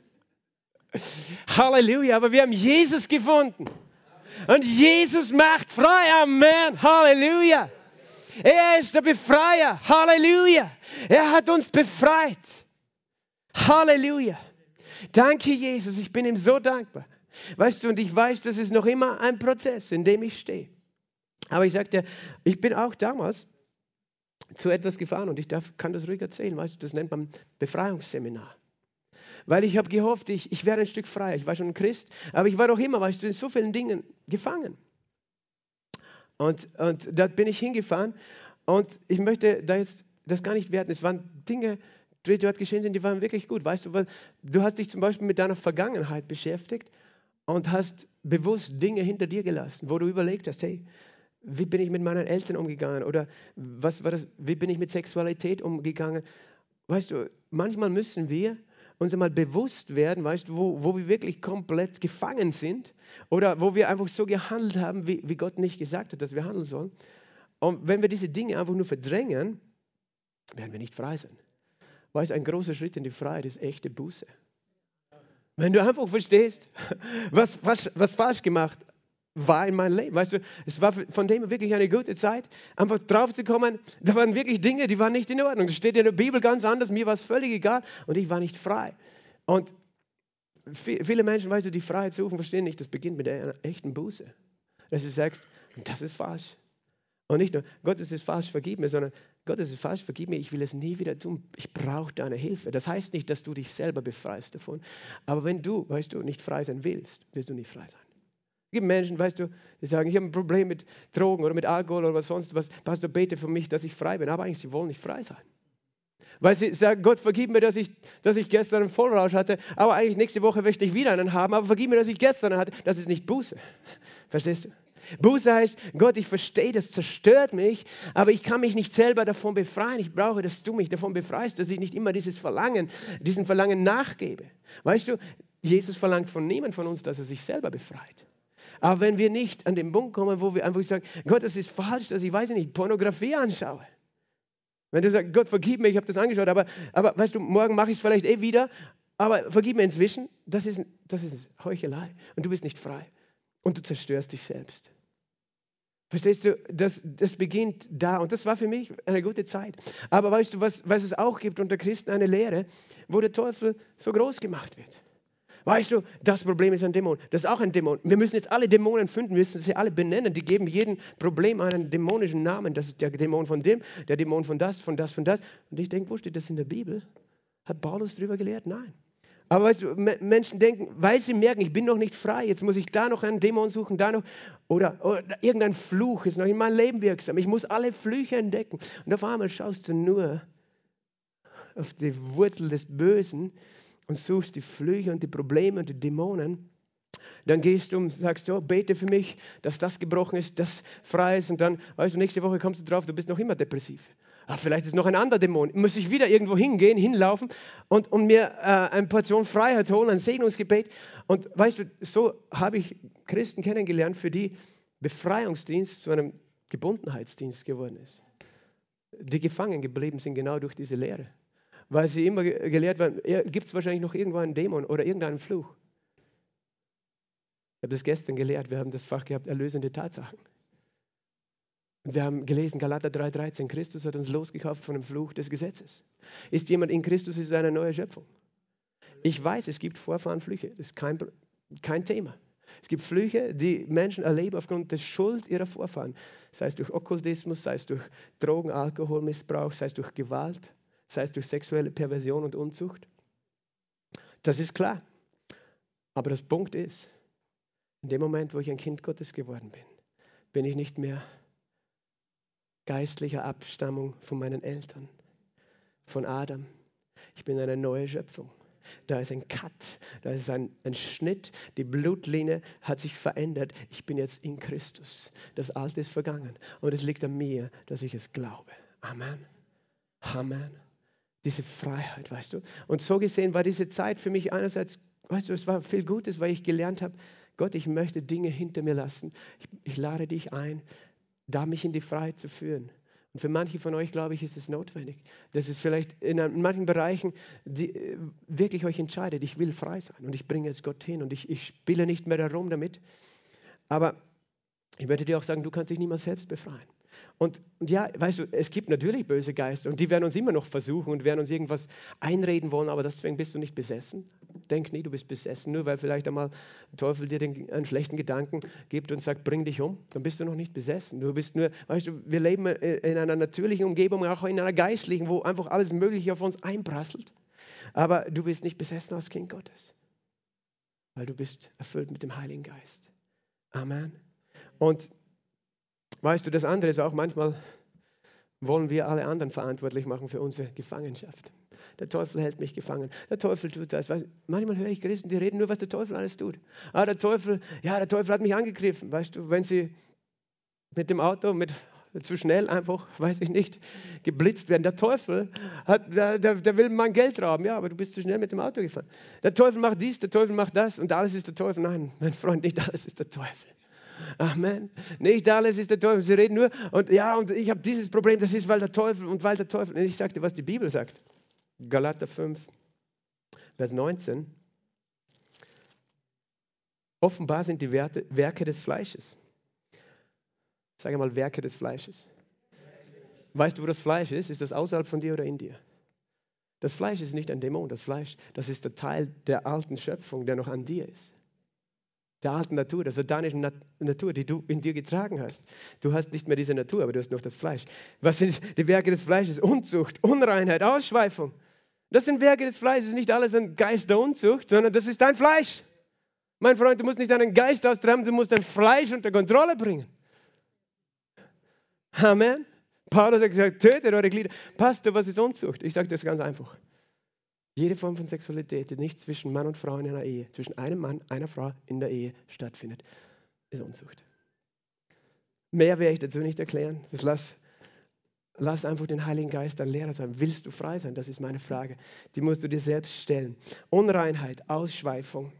Halleluja, aber wir haben Jesus gefunden. Und Jesus macht frei. Amen. Halleluja. Er ist der Befreier. Halleluja. Er hat uns befreit. Halleluja. Danke, Jesus. Ich bin ihm so dankbar. Weißt du, und ich weiß, das ist noch immer ein Prozess, in dem ich stehe. Aber ich sagte, ich bin auch damals zu etwas gefahren und kann das ruhig erzählen. Weißt du, das nennt man Befreiungsseminar. Weil ich habe gehofft, ich wäre ein Stück freier. Ich war schon ein Christ, aber ich war doch immer, weißt du, in so vielen Dingen gefangen. Und da bin ich hingefahren und ich möchte da jetzt das gar nicht werten. Es waren Dinge, die dort geschehen sind, die waren wirklich gut. Weißt du, weil du hast dich zum Beispiel mit deiner Vergangenheit beschäftigt und hast bewusst Dinge hinter dir gelassen, wo du überlegt hast, hey, wie bin ich mit meinen Eltern umgegangen oder was war das, wie bin ich mit Sexualität umgegangen? Weißt du, manchmal müssen wir uns einmal bewusst werden, weißt du, wo wir wirklich komplett gefangen sind oder wo wir einfach so gehandelt haben, wie Gott nicht gesagt hat, dass wir handeln sollen. Und wenn wir diese Dinge einfach nur verdrängen, werden wir nicht frei sein. Weißt du, ein großer Schritt in die Freiheit ist echte Buße. Wenn du einfach verstehst, was falsch gemacht war in meinem Leben. Weißt du, es war von dem wirklich eine gute Zeit, einfach drauf zu kommen, da waren wirklich Dinge, die waren nicht in Ordnung. Das steht in der Bibel ganz anders, mir war es völlig egal und ich war nicht frei. Und viele Menschen, weißt du, die Freiheit suchen, verstehen nicht, das beginnt mit einer echten Buße. Dass du sagst, das ist falsch. Und nicht nur, Gott, es ist falsch, vergib mir, sondern Gott, es ist falsch, vergib mir, ich will es nie wieder tun. Ich brauche deine Hilfe. Das heißt nicht, dass du dich selber befreist davon. Aber wenn du, weißt du, nicht frei sein willst, wirst du nicht frei sein. Es gibt Menschen, weißt du, die sagen, ich habe ein Problem mit Drogen oder mit Alkohol oder was sonst was. Pastor, bete für mich, dass ich frei bin. Aber eigentlich, sie wollen nicht frei sein. Weil sie sagen, Gott, vergib mir, dass ich gestern einen Vollrausch hatte, aber eigentlich nächste Woche möchte ich wieder einen haben, aber vergib mir, dass ich gestern einen hatte. Das ist nicht Buße. Verstehst du? Buße heißt, Gott, ich verstehe, das zerstört mich, aber ich kann mich nicht selber davon befreien. Ich brauche, dass du mich davon befreist, dass ich nicht immer diesen Verlangen nachgebe. Weißt du, Jesus verlangt von niemand von uns, dass er sich selber befreit. Aber wenn wir nicht an den Punkt kommen, wo wir einfach sagen, Gott, das ist falsch, dass ich, weiß nicht, Pornografie anschaue. Wenn du sagst, Gott, vergib mir, ich habe das angeschaut, aber weißt du, morgen mache ich es vielleicht wieder, aber vergib mir inzwischen, das ist Heuchelei und du bist nicht frei und du zerstörst dich selbst. Verstehst du, das beginnt da und das war für mich eine gute Zeit. Aber weißt du, was es auch gibt unter Christen, eine Lehre, wo der Teufel so groß gemacht wird. Weißt du, das Problem ist ein Dämon, das ist auch ein Dämon. Wir müssen jetzt alle Dämonen finden, wir müssen sie alle benennen. Die geben jedem Problem einen dämonischen Namen. Das ist der Dämon von dem, der Dämon von das, von das, von das. Und ich denke, wo steht das in der Bibel? Hat Paulus darüber gelehrt? Nein. Aber weißt du, Menschen denken, weil sie merken, ich bin noch nicht frei, jetzt muss ich da noch einen Dämon suchen, da noch, oder irgendein Fluch ist noch in meinem Leben wirksam. Ich muss alle Flüche entdecken. Und auf einmal schaust du nur auf die Wurzel des Bösen und suchst die Flüche und die Probleme und die Dämonen. Dann gehst du und sagst so, bete für mich, dass das gebrochen ist, das frei ist. Und dann, weißt du, nächste Woche kommst du drauf, du bist noch immer depressiv. Ach, vielleicht ist noch ein anderer Dämon. Muss ich wieder irgendwo hingehen, hinlaufen und mir eine Portion Freiheit holen, ein Segnungsgebet. Und weißt du, so habe ich Christen kennengelernt, für die Befreiungsdienst zu einem Gebundenheitsdienst geworden ist. Die gefangen geblieben sind genau durch diese Lehre. Weil sie immer gelehrt werden, gibt es wahrscheinlich noch irgendwo einen Dämon oder irgendeinen Fluch. Ich habe das gestern gelehrt, wir haben das Fach gehabt, erlösende Tatsachen. Und wir haben gelesen, Galater 3,13, Christus hat uns losgekauft von dem Fluch des Gesetzes. Ist jemand in Christus, ist eine neue Schöpfung. Ich weiß, es gibt Vorfahrenflüche, das ist kein Thema. Es gibt Flüche, die Menschen erleben aufgrund der Schuld ihrer Vorfahren. Sei es durch Okkultismus, sei es durch Drogen, Alkoholmissbrauch, sei es durch Gewalt, sei es durch sexuelle Perversion und Unzucht. Das ist klar. Aber das Punkt ist, in dem Moment, wo ich ein Kind Gottes geworden bin, bin ich nicht mehr geistlicher Abstammung von meinen Eltern, von Adam. Ich bin eine neue Schöpfung. Da ist ein Cut, da ist ein Schnitt, die Blutlinie hat sich verändert. Ich bin jetzt in Christus. Das Alte ist vergangen und es liegt an mir, dass ich es glaube. Amen. Amen. Diese Freiheit, weißt du. Und so gesehen war diese Zeit für mich einerseits, weißt du, es war viel Gutes, weil ich gelernt habe, Gott, ich möchte Dinge hinter mir lassen. Ich lade dich ein, da mich in die Freiheit zu führen. Und für manche von euch, glaube ich, ist es notwendig, dass es vielleicht in manchen Bereichen wirklich euch entscheidet, ich will frei sein und ich bringe es Gott hin und ich spiele nicht mehr darum damit. Aber ich möchte dir auch sagen, du kannst dich niemals selbst befreien. Und ja, weißt du, es gibt natürlich böse Geister und die werden uns immer noch versuchen und werden uns irgendwas einreden wollen, aber deswegen bist du nicht besessen. Denk nie, du bist besessen, nur weil vielleicht einmal der Teufel dir einen schlechten Gedanken gibt und sagt, bring dich um, dann bist du noch nicht besessen. Du bist nur, weißt du, wir leben in einer natürlichen Umgebung, auch in einer geistlichen, wo einfach alles Mögliche auf uns einprasselt. Aber du bist nicht besessen als Kind Gottes, weil du bist erfüllt mit dem Heiligen Geist. Amen. Und weißt du, das andere ist auch, manchmal wollen wir alle anderen verantwortlich machen für unsere Gefangenschaft. der Teufel hält mich gefangen. Der Teufel tut das. Manchmal höre ich Christen, die reden nur, was der Teufel alles tut. Der Teufel hat mich angegriffen. Weißt du, wenn sie mit dem Auto, zu schnell einfach, weiß ich nicht, geblitzt werden. Der Teufel, der will mein Geld rauben. Ja, aber du bist zu schnell mit dem Auto gefahren. Der Teufel macht dies, der Teufel macht das und alles ist der Teufel. Nein, mein Freund, nicht alles ist der Teufel. Amen. Nicht alles ist der Teufel. Sie reden nur, und ich habe dieses Problem, das ist, weil der Teufel und weil der Teufel. Und ich sagte, was die Bibel sagt. Galater 5, Vers 19. Offenbar sind die Werke des Fleisches. Sag einmal, Werke des Fleisches. Weißt du, wo das Fleisch ist? Ist das außerhalb von dir oder in dir? Das Fleisch ist nicht ein Dämon. Das Fleisch, das ist der Teil der alten Schöpfung, der noch an dir ist. Der alten Natur, der satanischen Natur, die du in dir getragen hast. Du hast nicht mehr diese Natur, aber du hast noch das Fleisch. Was sind die Werke des Fleisches? Unzucht, Unreinheit, Ausschweifung. Das sind Werke des Fleisches. Das ist nicht alles ein Geist der Unzucht, sondern das ist dein Fleisch. Mein Freund, du musst nicht deinen Geist austreiben, du musst dein Fleisch unter Kontrolle bringen. Amen. Paulus hat gesagt, tötet eure Glieder. Pastor, was ist Unzucht? Ich sage das ganz einfach. Jede Form von Sexualität, die nicht zwischen Mann und Frau in einer Ehe, zwischen einem Mann, einer Frau in der Ehe stattfindet, ist Unzucht. Mehr werde ich dazu nicht erklären. Lass einfach den Heiligen Geist dein Lehrer sein. Willst du frei sein? Das ist meine Frage. Die musst du dir selbst stellen. Unreinheit, Ausschweifung,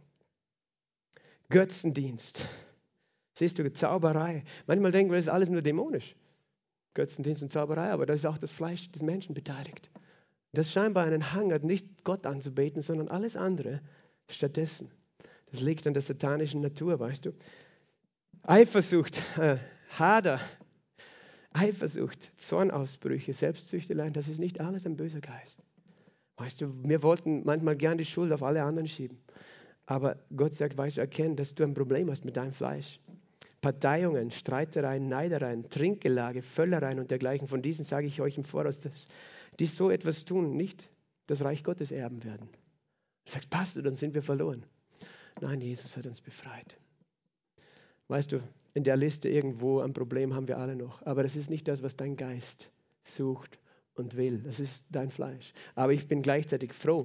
Götzendienst. Siehst du, Zauberei. Manchmal denken wir, das ist alles nur dämonisch. Götzendienst und Zauberei, aber da ist auch das Fleisch des Menschen beteiligt. Das scheinbar einen Hang hat, nicht Gott anzubeten, sondern alles andere stattdessen. Das liegt an der satanischen Natur, weißt du. Eifersucht, Hader, Eifersucht, Zornausbrüche, Selbstsüchteleien, das ist nicht alles ein böser Geist. Weißt du, wir wollten manchmal gern die Schuld auf alle anderen schieben. Aber Gott sagt, weißt du, erkennen, dass du ein Problem hast mit deinem Fleisch. Parteiungen, Streitereien, Neidereien, Trinkgelage, Völlereien und dergleichen, von diesen sage ich euch im Voraus, dass die so etwas tun, nicht das Reich Gottes erben werden. Du sagst, Pastor, dann sind wir verloren. Nein, Jesus hat uns befreit. Weißt du, in der Liste irgendwo ein Problem haben wir alle noch. Aber das ist nicht das, was dein Geist sucht und will. Das ist dein Fleisch. Aber ich bin gleichzeitig froh,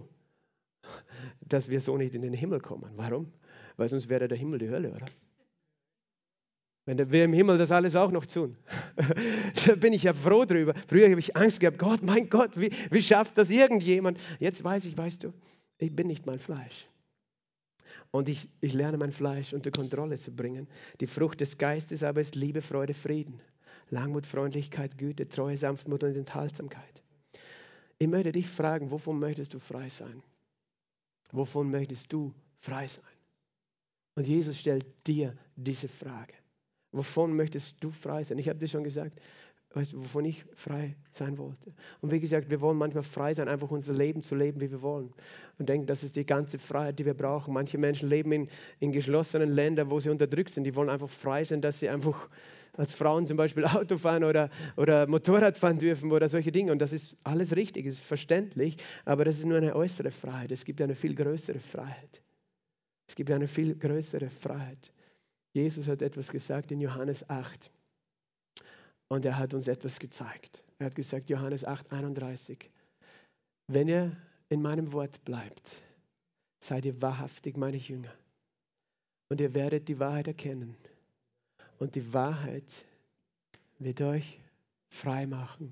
dass wir so nicht in den Himmel kommen. Warum? Weil sonst wäre der Himmel die Hölle, oder? Wenn wir im Himmel das alles auch noch tun, da bin ich ja froh drüber. Früher habe ich Angst gehabt, Gott, mein Gott, wie schafft das irgendjemand? Jetzt weiß ich, weißt du, ich bin nicht mein Fleisch. Und ich lerne mein Fleisch unter Kontrolle zu bringen. Die Frucht des Geistes aber ist Liebe, Freude, Frieden, Langmut, Freundlichkeit, Güte, Treue, Sanftmut und Enthaltsamkeit. Ich möchte dich fragen, wovon möchtest du frei sein? Wovon möchtest du frei sein? Und Jesus stellt dir diese Frage. Wovon möchtest du frei sein? Ich habe dir schon gesagt, weißt du, wovon ich frei sein wollte. Und wie gesagt, wir wollen manchmal frei sein, einfach unser Leben zu leben, wie wir wollen. Und denken, das ist die ganze Freiheit, die wir brauchen. Manche Menschen leben in geschlossenen Ländern, wo sie unterdrückt sind. Die wollen einfach frei sein, dass sie einfach als Frauen zum Beispiel Auto fahren oder Motorrad fahren dürfen oder solche Dinge. Und das ist alles richtig, ist verständlich, aber das ist nur eine äußere Freiheit. Es gibt eine viel größere Freiheit. Es gibt eine viel größere Freiheit. Jesus hat etwas gesagt in Johannes 8 und er hat uns etwas gezeigt. Er hat gesagt, Johannes 8, 31, wenn ihr in meinem Wort bleibt, seid ihr wahrhaftig meine Jünger und ihr werdet die Wahrheit erkennen und die Wahrheit wird euch frei machen.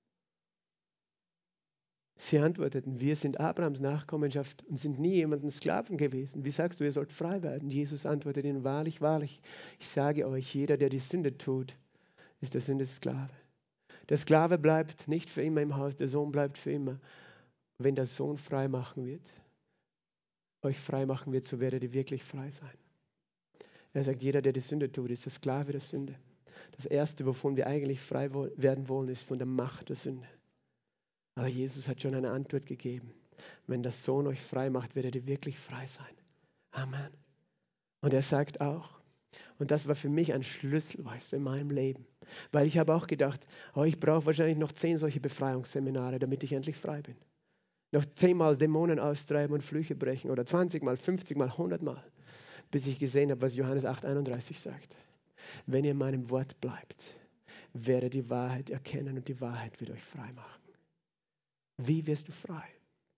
Sie antworteten, wir sind Abrahams Nachkommenschaft und sind nie jemandem Sklaven gewesen. Wie sagst du, ihr sollt frei werden? Jesus antwortete ihnen, wahrlich, wahrlich, ich sage euch, jeder, der die Sünde tut, ist der Sünde Sklave. Der Sklave bleibt nicht für immer im Haus, der Sohn bleibt für immer. Wenn der Sohn frei machen wird, euch frei machen wird, so werdet ihr wirklich frei sein. Er sagt, jeder, der die Sünde tut, ist der Sklave der Sünde. Das Erste, wovon wir eigentlich frei werden wollen, ist von der Macht der Sünde. Aber Jesus hat schon eine Antwort gegeben. Wenn der Sohn euch frei macht, werdet ihr wirklich frei sein. Amen. Und er sagt auch, und das war für mich ein Schlüssel, weißt du, in meinem Leben. Weil ich habe auch gedacht, ich brauche wahrscheinlich noch 10 solche Befreiungsseminare, damit ich endlich frei bin. Noch 10-mal Dämonen austreiben und Flüche brechen oder 20-mal, 50-mal, 100-mal, bis ich gesehen habe, was Johannes 8,31 sagt. Wenn ihr in meinem Wort bleibt, werdet die Wahrheit erkennen und die Wahrheit wird euch frei machen. Wie wirst du frei?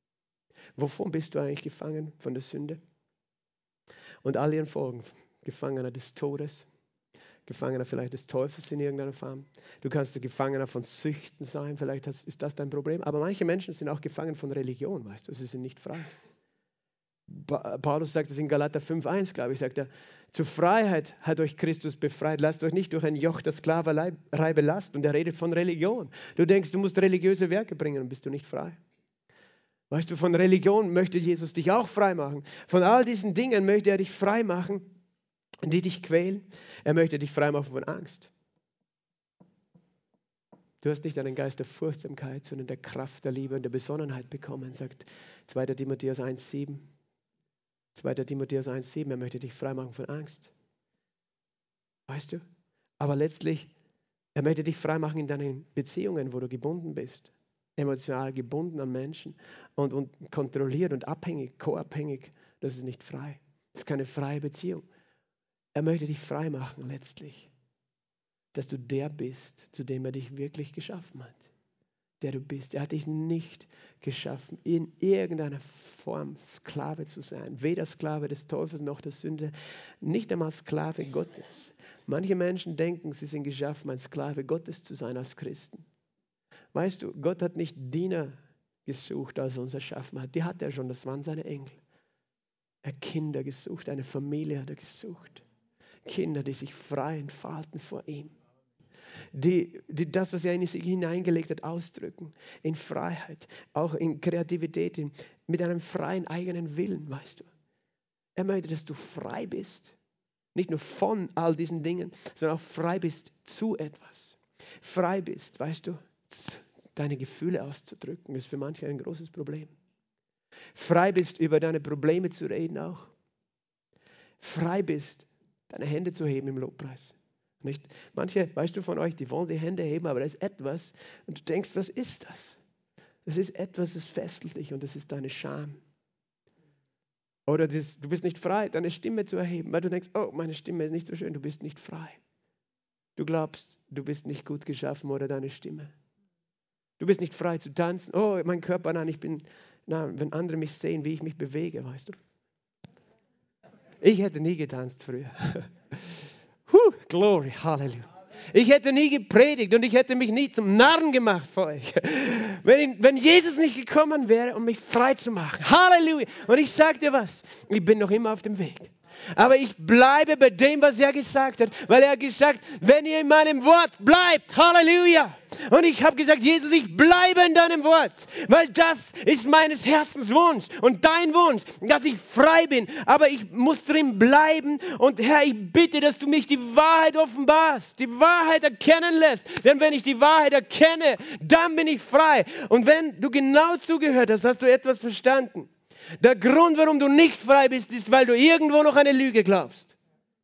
Wovon bist du eigentlich gefangen? Von der Sünde und all ihren Folgen. Gefangener des Todes, Gefangener vielleicht des Teufels in irgendeiner Form. Du kannst Gefangener von Süchten sein, vielleicht ist das dein Problem. Aber manche Menschen sind auch gefangen von Religion, weißt du, sie sind nicht frei. Paulus sagt es in Galater 5,1, glaube ich, sagt er, zur Freiheit hat euch Christus befreit. Lasst euch nicht durch ein Joch der Sklaverei belasten. Und er redet von Religion. Du denkst, du musst religiöse Werke bringen und bist du nicht frei. Weißt du, von Religion möchte Jesus dich auch frei machen. Von all diesen Dingen möchte er dich frei machen, die dich quälen. Er möchte dich frei machen von Angst. Du hast nicht einen Geist der Furchtsamkeit, sondern der Kraft, der Liebe und der Besonnenheit bekommen, sagt 2. Timotheus 1,7. 2. Timotheus 1,7, er möchte dich freimachen von Angst. Weißt du? Aber letztlich, er möchte dich freimachen in deinen Beziehungen, wo du gebunden bist. Emotional gebunden an Menschen und kontrolliert und abhängig, co-abhängig. Das ist nicht frei. Das ist keine freie Beziehung. Er möchte dich freimachen letztlich, dass du der bist, zu dem er dich wirklich geschaffen hat. Der du bist. Er hat dich nicht geschaffen, in irgendeiner Form Sklave zu sein. Weder Sklave des Teufels noch der Sünde, nicht einmal Sklave Gottes. Manche Menschen denken, sie sind geschaffen, ein Sklave Gottes zu sein als Christen. Weißt du, Gott hat nicht Diener gesucht, als er uns erschaffen hat. Die hat er schon, das waren seine Engel. Er hat Kinder gesucht, eine Familie hat er gesucht. Kinder, die sich frei entfalten vor ihm. Die das, was er in sich hineingelegt hat, ausdrücken. In Freiheit, auch in Kreativität, mit einem freien eigenen Willen, weißt du. Er möchte, dass du frei bist. Nicht nur von all diesen Dingen, sondern auch frei bist zu etwas. Frei bist, weißt du, deine Gefühle auszudrücken, ist für manche ein großes Problem. Frei bist, über deine Probleme zu reden auch. Frei bist, deine Hände zu heben im Lobpreis. Nicht? Manche, weißt du von euch, die wollen die Hände heben, aber da ist etwas und du denkst, was ist das? Das ist etwas, das fesselt dich und das ist deine Scham. Oder du bist nicht frei, deine Stimme zu erheben, weil du denkst, oh, meine Stimme ist nicht so schön, du bist nicht frei. Du glaubst, du bist nicht gut geschaffen oder deine Stimme. Du bist nicht frei zu tanzen. Oh, mein Körper, nein, wenn andere mich sehen, wie ich mich bewege, weißt du. Ich hätte nie getanzt früher. Glory, Halleluja. Ich hätte nie gepredigt und ich hätte mich nie zum Narren gemacht für euch. Wenn Jesus nicht gekommen wäre, um mich frei zu machen. Halleluja. Und ich sage dir was, ich bin noch immer auf dem Weg. Aber ich bleibe bei dem, was er gesagt hat, weil er hat gesagt, wenn ihr in meinem Wort bleibt, Halleluja. Und ich habe gesagt, Jesus, ich bleibe in deinem Wort, weil das ist meines Herzens Wunsch und dein Wunsch, dass ich frei bin, aber ich muss drin bleiben und Herr, ich bitte, dass du mich die Wahrheit offenbarst, die Wahrheit erkennen lässt, denn wenn ich die Wahrheit erkenne, dann bin ich frei. Und wenn du genau zugehört hast, hast du etwas verstanden. Der Grund, warum du nicht frei bist, ist, weil du irgendwo noch eine Lüge glaubst.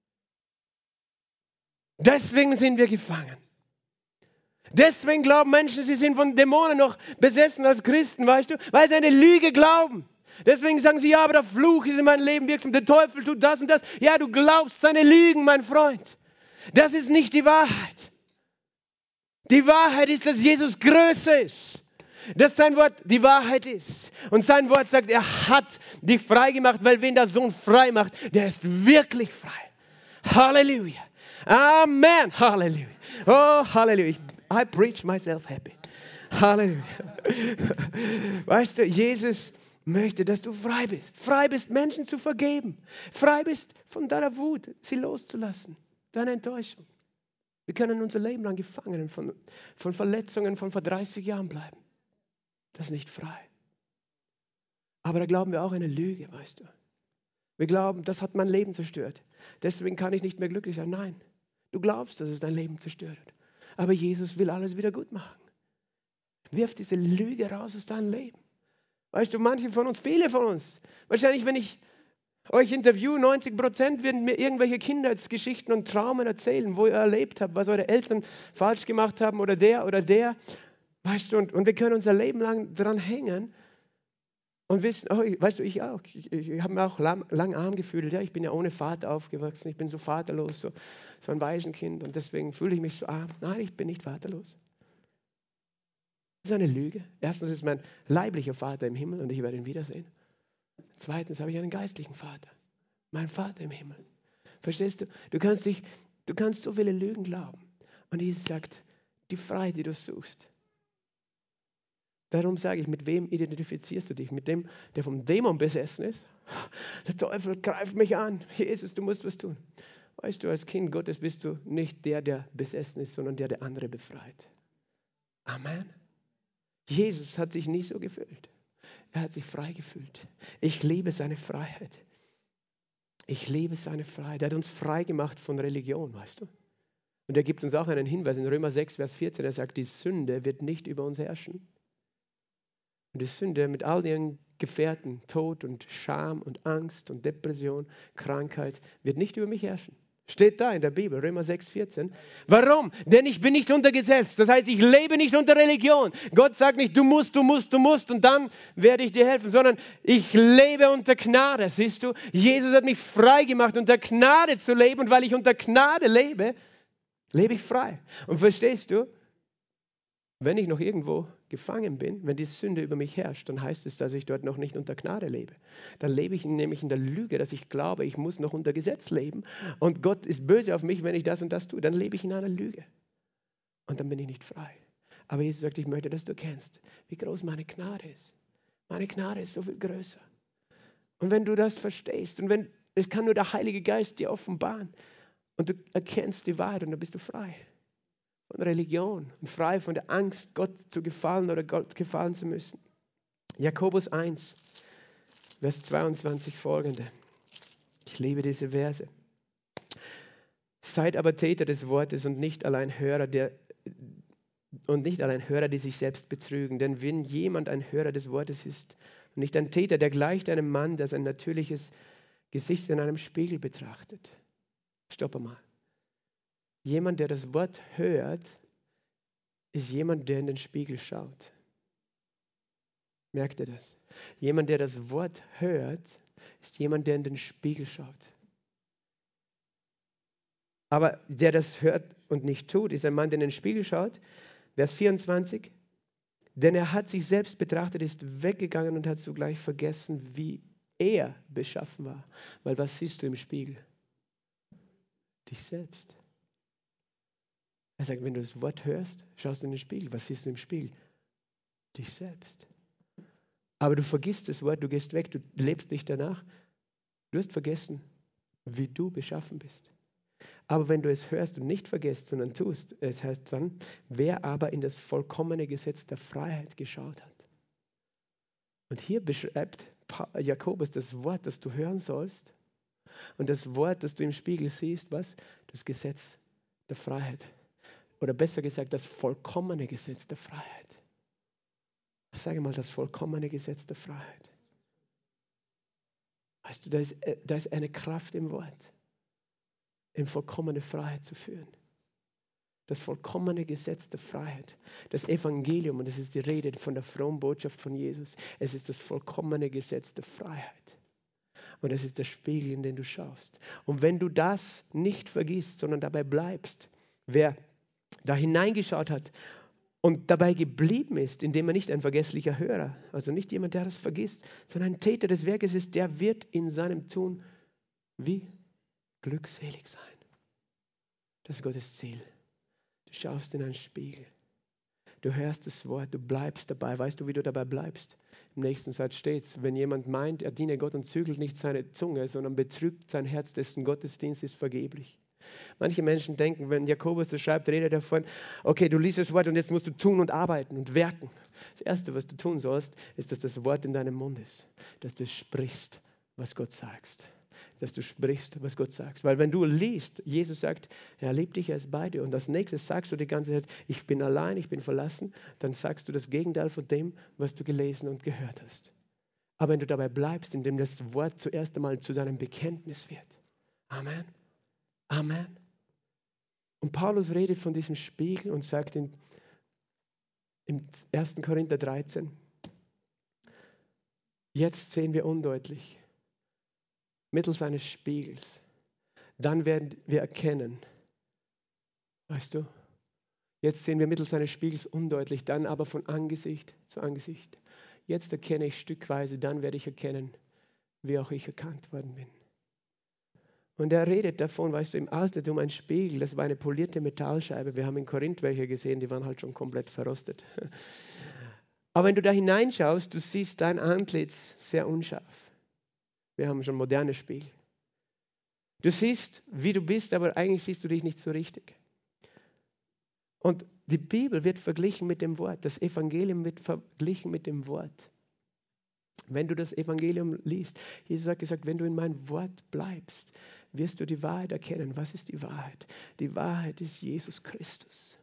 Deswegen sind wir gefangen. Deswegen glauben Menschen, sie sind von Dämonen noch besessen als Christen, weißt du, weil sie eine Lüge glauben. Deswegen sagen sie, ja, aber der Fluch ist in meinem Leben wirksam, der Teufel tut das und das. Ja, du glaubst seine Lügen, mein Freund. Das ist nicht die Wahrheit. Die Wahrheit ist, dass Jesus größer ist. Dass sein Wort die Wahrheit ist. Und sein Wort sagt, er hat dich frei gemacht, weil wen der Sohn frei macht, der ist wirklich frei. Halleluja. Amen. Halleluja. Oh, Halleluja. I preach myself happy. Halleluja. Weißt du, Jesus möchte, dass du frei bist. Frei bist, Menschen zu vergeben. Frei bist, von deiner Wut sie loszulassen. Deine Enttäuschung. Wir können unser Leben lang gefangen von Verletzungen von vor 30 Jahren bleiben. Das ist nicht frei. Aber da glauben wir auch eine Lüge, weißt du. Wir glauben, das hat mein Leben zerstört. Deswegen kann ich nicht mehr glücklich sein. Nein, du glaubst, dass es dein Leben zerstört hat. Aber Jesus will alles wieder gut machen. Wirf diese Lüge raus aus deinem Leben. Weißt du, manche von uns, viele von uns, wahrscheinlich, wenn ich euch interviewe, 90% werden mir irgendwelche Kindheitsgeschichten und Traumen erzählen, wo ihr erlebt habt, was eure Eltern falsch gemacht haben oder der oder der. Weißt du, und wir können unser Leben lang dran hängen und wissen, oh, weißt du, ich auch. Ich habe mich auch lang arm gefühlt. Ja, ich bin ja ohne Vater aufgewachsen. Ich bin so vaterlos, so ein Waisenkind. Und deswegen fühle ich mich so arm. Nein, ich bin nicht vaterlos. Das ist eine Lüge. Erstens ist mein leiblicher Vater im Himmel und ich werde ihn wiedersehen. Zweitens habe ich einen geistlichen Vater. Mein Vater im Himmel. Verstehst du? Du kannst so viele Lügen glauben. Und Jesus sagt, die Freiheit, die du suchst. Darum sage ich, mit wem identifizierst du dich? Mit dem, der vom Dämon besessen ist? Der Teufel greift mich an. Jesus, du musst was tun. Weißt du, als Kind Gottes bist du nicht der, der besessen ist, sondern der, der andere befreit. Amen. Jesus hat sich nie so gefühlt. Er hat sich frei gefühlt. Ich liebe seine Freiheit. Ich liebe seine Freiheit. Er hat uns frei gemacht von Religion, weißt du. Und er gibt uns auch einen Hinweis in Römer 6, Vers 14. Er sagt, die Sünde wird nicht über uns herrschen. Und die Sünde mit all ihren Gefährten, Tod und Scham und Angst und Depression, Krankheit, wird nicht über mich herrschen. Steht da in der Bibel, Römer 6, 14. Warum? Denn ich bin nicht unter Gesetz. Das heißt, ich lebe nicht unter Religion. Gott sagt nicht, du musst und dann werde ich dir helfen, sondern ich lebe unter Gnade. Siehst du, Jesus hat mich frei gemacht, unter Gnade zu leben. Und weil ich unter Gnade lebe, lebe ich frei. Und verstehst du, wenn ich noch irgendwo gefangen bin, wenn die Sünde über mich herrscht, dann heißt es, dass ich dort noch nicht unter Gnade lebe. Dann lebe ich nämlich in der Lüge, dass ich glaube, ich muss noch unter Gesetz leben und Gott ist böse auf mich, wenn ich das und das tue. Dann lebe ich in einer Lüge und dann bin ich nicht frei. Aber Jesus sagt, ich möchte, dass du erkennst, wie groß meine Gnade ist. Meine Gnade ist so viel größer. Und wenn du das verstehst und es kann nur der Heilige Geist dir offenbaren und du erkennst die Wahrheit und dann bist du frei. Von Religion und frei von der Angst, Gott zu gefallen oder Gott gefallen zu müssen. Jakobus 1, Vers 22 folgende. Ich liebe diese Verse. Seid aber Täter des Wortes und nicht allein Hörer, die sich selbst betrügen. Denn wenn jemand ein Hörer des Wortes ist und nicht ein Täter, der gleicht einem Mann, der sein natürliches Gesicht in einem Spiegel betrachtet. Stopp einmal. Jemand, der das Wort hört, ist jemand, der in den Spiegel schaut. Merkt ihr das? Jemand, der das Wort hört, ist jemand, der in den Spiegel schaut. Aber der das hört und nicht tut, ist ein Mann, der in den Spiegel schaut. Vers 24. Denn er hat sich selbst betrachtet, ist weggegangen und hat zugleich vergessen, wie er beschaffen war. Weil was siehst du im Spiegel? Dich selbst. Er sagt, wenn du das Wort hörst, schaust du in den Spiegel. Was siehst du im Spiegel? Dich selbst. Aber du vergisst das Wort, du gehst weg, du lebst nicht danach. Du hast vergessen, wie du beschaffen bist. Aber wenn du es hörst und nicht vergisst, sondern tust, es heißt dann, wer aber in das vollkommene Gesetz der Freiheit geschaut hat. Und hier beschreibt Jakobus das Wort, das du hören sollst und das Wort, das du im Spiegel siehst, was? Das Gesetz der Freiheit. Oder besser gesagt, das vollkommene Gesetz der Freiheit. Ich sage mal, das vollkommene Gesetz der Freiheit. Weißt du, da ist eine Kraft im Wort, in vollkommene Freiheit zu führen. Das vollkommene Gesetz der Freiheit. Das Evangelium, und das ist die Rede von der frohen Botschaft von Jesus. Es ist das vollkommene Gesetz der Freiheit. Und es ist der Spiegel, in den du schaust. Und wenn du das nicht vergisst, sondern dabei bleibst, wer da hineingeschaut hat und dabei geblieben ist, indem er nicht ein vergesslicher Hörer, also nicht jemand, der das vergisst, sondern ein Täter des Werkes ist, der wird in seinem Tun wie glückselig sein. Das ist Gottes Ziel. Du schaust in einen Spiegel. Du hörst das Wort, du bleibst dabei. Weißt du, wie du dabei bleibst? Im nächsten Satz steht es, wenn jemand meint, er diene Gott und zügelt nicht seine Zunge, sondern betrügt sein Herz, dessen Gottesdienst ist vergeblich. Manche Menschen denken, wenn Jakobus das schreibt, redet er davon, okay, du liest das Wort und jetzt musst du tun und arbeiten und werken. Das Erste, was du tun sollst, ist, dass das Wort in deinem Mund ist, dass du sprichst, was Gott sagst. Dass du sprichst, was Gott sagt. Weil wenn du liest, Jesus sagt, er liebt dich, er ist bei dir. Und als nächstes sagst du die ganze Zeit, ich bin allein, ich bin verlassen. Dann sagst du das Gegenteil von dem, was du gelesen und gehört hast. Aber wenn du dabei bleibst, indem das Wort zuerst einmal zu deinem Bekenntnis wird. Amen. Amen. Und Paulus redet von diesem Spiegel und sagt im 1. Korinther 13, jetzt sehen wir undeutlich, mittels eines Spiegels. Dann werden wir erkennen, weißt du, Jetzt sehen wir mittels eines Spiegels undeutlich, dann aber von Angesicht zu Angesicht. Jetzt erkenne ich stückweise, dann werde ich erkennen, wie auch ich erkannt worden bin. Und er redet davon, weißt du, im Altertum ein Spiegel, das war eine polierte Metallscheibe. Wir haben in Korinth welche gesehen, die waren halt schon komplett verrostet. Aber wenn du da hineinschaust, du siehst dein Antlitz sehr unscharf. Wir haben schon moderne Spiegel. Du siehst, wie du bist, aber eigentlich siehst du dich nicht so richtig. Und die Bibel wird verglichen mit dem Wort. Das Evangelium wird verglichen mit dem Wort. Wenn du das Evangelium liest, Jesus hat gesagt, wenn du in mein Wort bleibst, wirst du die Wahrheit erkennen. Was ist die Wahrheit? Die Wahrheit ist Jesus Christus.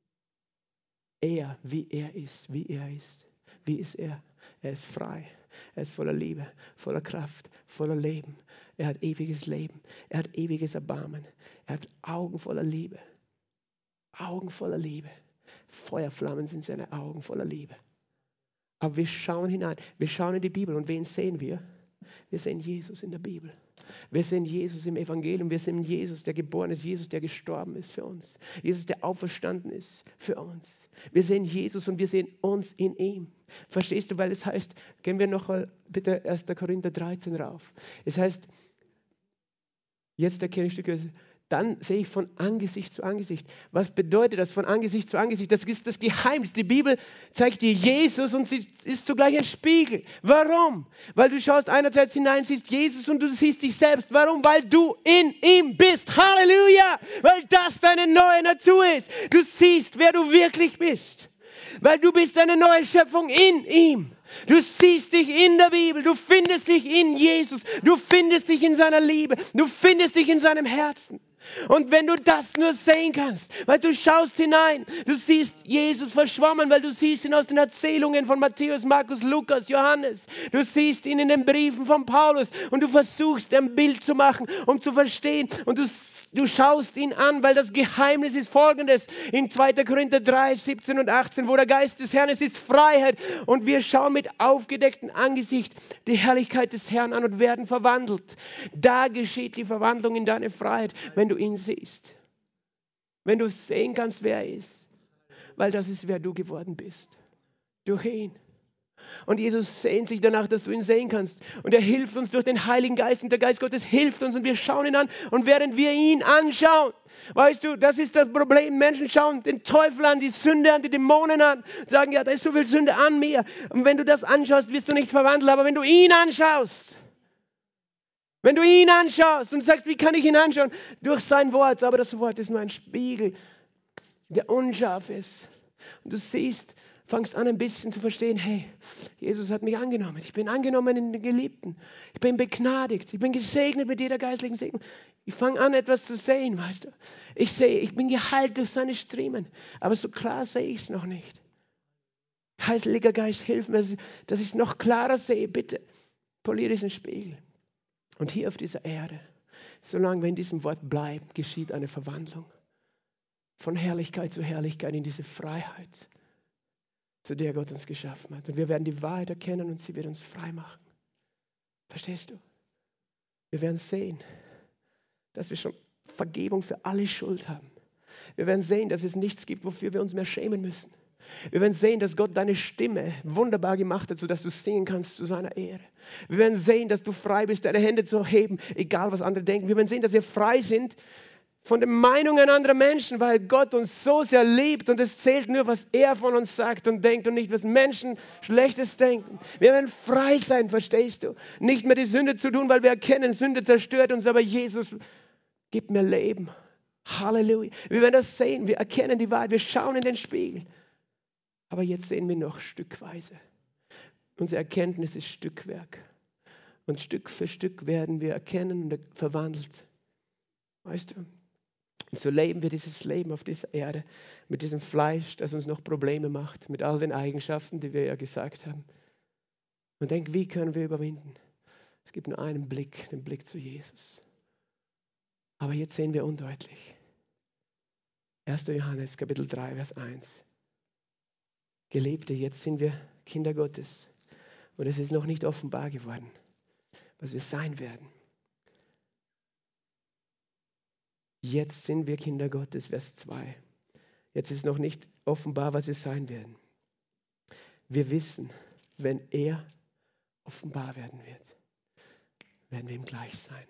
Er, wie er ist, wie er ist. Wie ist er? Er ist frei. Er ist voller Liebe, voller Kraft, voller Leben. Er hat ewiges Leben. Er hat ewiges Erbarmen. Er hat Augen voller Liebe. Augen voller Liebe. Feuerflammen sind seine Augen voller Liebe. Aber wir schauen hinein. Wir schauen in die Bibel. Und wen sehen wir? Wir sehen Jesus in der Bibel. Wir sehen Jesus im Evangelium. Wir sehen Jesus, der geboren ist. Jesus, der gestorben ist für uns. Jesus, der auferstanden ist für uns. Wir sehen Jesus und wir sehen uns in ihm. Verstehst du? Weil es heißt, gehen wir noch mal bitte 1. Korinther 13 rauf. Es heißt, jetzt erkenne ich Stücke, dann sehe ich von Angesicht zu Angesicht. Was bedeutet das von Angesicht zu Angesicht? Das ist das Geheimnis. Die Bibel zeigt dir Jesus und sie ist zugleich ein Spiegel. Warum? Weil du schaust einerseits hinein, siehst Jesus und du siehst dich selbst. Warum? Weil du in ihm bist. Halleluja! Weil das deine neue Natur ist. Du siehst, wer du wirklich bist. Weil du bist eine neue Schöpfung in ihm. Du siehst dich in der Bibel, du findest dich in Jesus, du findest dich in seiner Liebe, du findest dich in seinem Herzen. Und wenn du das nur sehen kannst, weil du schaust hinein, du siehst Jesus verschwommen, weil du siehst ihn aus den Erzählungen von Matthäus, Markus, Lukas, Johannes. Du siehst ihn in den Briefen von Paulus und du versuchst ein Bild zu machen, um zu verstehen. Und du schaust ihn an, weil das Geheimnis ist folgendes. In 2. Korinther 3, 17 und 18, wo der Geist des Herrn ist, ist Freiheit. Und wir schauen mit aufgedecktem Angesicht die Herrlichkeit des Herrn an und werden verwandelt. Da geschieht die Verwandlung in deine Freiheit, wenn du ihn siehst. Wenn du sehen kannst, wer er ist. Weil das ist, wer du geworden bist. Durch ihn. Und Jesus sehnt sich danach, dass du ihn sehen kannst. Und er hilft uns durch den Heiligen Geist. Und der Geist Gottes hilft uns. Und wir schauen ihn an. Und während wir ihn anschauen, weißt du, das ist das Problem. Menschen schauen den Teufel an, die Sünde an, die Dämonen an. Sagen, ja, da ist so viel Sünde an mir. Und wenn du das anschaust, wirst du nicht verwandelt. Aber wenn du ihn anschaust, wenn du ihn anschaust und sagst, wie kann ich ihn anschauen? Durch sein Wort. Aber das Wort ist nur ein Spiegel, der unscharf ist. Und du siehst, fangst an ein bisschen zu verstehen, hey, Jesus hat mich angenommen. Ich bin angenommen in den Geliebten. Ich bin begnadigt. Ich bin gesegnet mit jeder geistlichen Segnung. Ich fange an, etwas zu sehen, weißt du. Ich sehe, ich bin geheilt durch seine Striemen. Aber so klar sehe ich es noch nicht. Heiliger Geist, hilf mir, dass ich es noch klarer sehe. Bitte, poliere diesen Spiegel. Und hier auf dieser Erde, solange wir in diesem Wort bleiben, geschieht eine Verwandlung. Von Herrlichkeit zu Herrlichkeit in diese Freiheit, zu der Gott uns geschaffen hat. Und wir werden die Wahrheit erkennen und sie wird uns frei machen. Verstehst du? Wir werden sehen, dass wir schon Vergebung für alle Schuld haben. Wir werden sehen, dass es nichts gibt, wofür wir uns mehr schämen müssen. Wir werden sehen, dass Gott deine Stimme wunderbar gemacht hat, sodass du singen kannst zu seiner Ehre. Wir werden sehen, dass du frei bist, deine Hände zu heben, egal was andere denken. Wir werden sehen, dass wir frei sind von den Meinungen anderer Menschen, weil Gott uns so sehr liebt und es zählt nur, was er von uns sagt und denkt und nicht, was Menschen Schlechtes denken. Wir werden frei sein, verstehst du? Nicht mehr die Sünde zu tun, weil wir erkennen, Sünde zerstört uns, aber Jesus gibt mir Leben. Halleluja. Wir werden das sehen, wir erkennen die Wahrheit, wir schauen in den Spiegel. Aber jetzt sehen wir noch stückweise. Unsere Erkenntnis ist Stückwerk. Und Stück für Stück werden wir erkennen und verwandelt. Weißt du? Und so leben wir dieses Leben auf dieser Erde mit diesem Fleisch, das uns noch Probleme macht, mit all den Eigenschaften, die wir ja gesagt haben. Und denk, wie können wir überwinden? Es gibt nur einen Blick, den Blick zu Jesus. Aber jetzt sehen wir undeutlich. 1. Johannes, Kapitel 3, Vers 1. Geliebte, jetzt sind wir Kinder Gottes. Und es ist noch nicht offenbar geworden, was wir sein werden. Jetzt sind wir Kinder Gottes, Vers 2. Jetzt ist noch nicht offenbar, was wir sein werden. Wir wissen, wenn er offenbar werden wird, werden wir ihm gleich sein.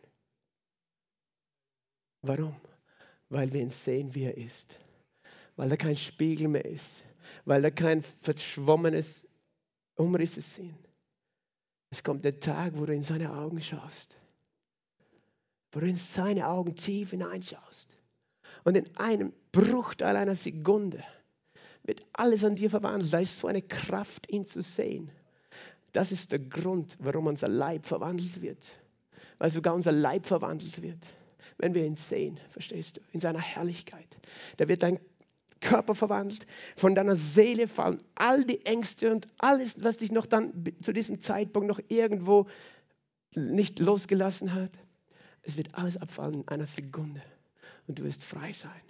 Warum? Weil wir ihn sehen, wie er ist. Weil da kein Spiegel mehr ist. Weil da kein verschwommenes Umrisse sind. Es kommt der Tag, wo du in seine Augen schaust. Wo du in seine Augen tief hineinschaust. Und in einem Bruchteil einer Sekunde wird alles an dir verwandelt. Da ist so eine Kraft, ihn zu sehen. Das ist der Grund, warum unser Leib verwandelt wird. Weil sogar unser Leib verwandelt wird. Wenn wir ihn sehen, verstehst du, in seiner Herrlichkeit. Da wird dein Körper verwandelt, von deiner Seele fallen all die Ängste und alles, was dich noch dann zu diesem Zeitpunkt noch irgendwo nicht losgelassen hat. Es wird alles abfallen in einer Sekunde und du wirst frei sein.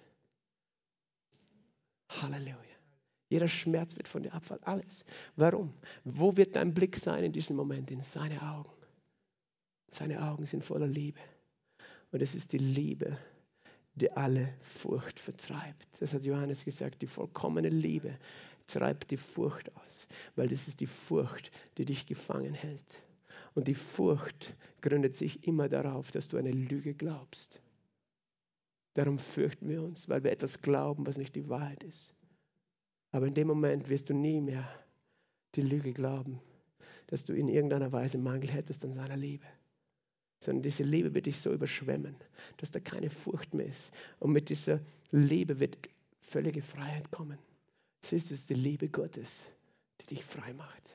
Halleluja. Jeder Schmerz wird von dir abfallen, alles. Warum? Wo wird dein Blick sein in diesem Moment? In seine Augen. Seine Augen sind voller Liebe. Und es ist die Liebe, die alle Furcht vertreibt. Das hat Johannes gesagt, die vollkommene Liebe treibt die Furcht aus, weil das ist die Furcht, die dich gefangen hält. Und die Furcht gründet sich immer darauf, dass du eine Lüge glaubst. Darum fürchten wir uns, weil wir etwas glauben, was nicht die Wahrheit ist. Aber in dem Moment wirst du nie mehr die Lüge glauben, dass du in irgendeiner Weise Mangel hättest an seiner Liebe. Sondern diese Liebe wird dich so überschwemmen, dass da keine Furcht mehr ist. Und mit dieser Liebe wird völlige Freiheit kommen. Siehst du, es ist die Liebe Gottes, die dich frei macht.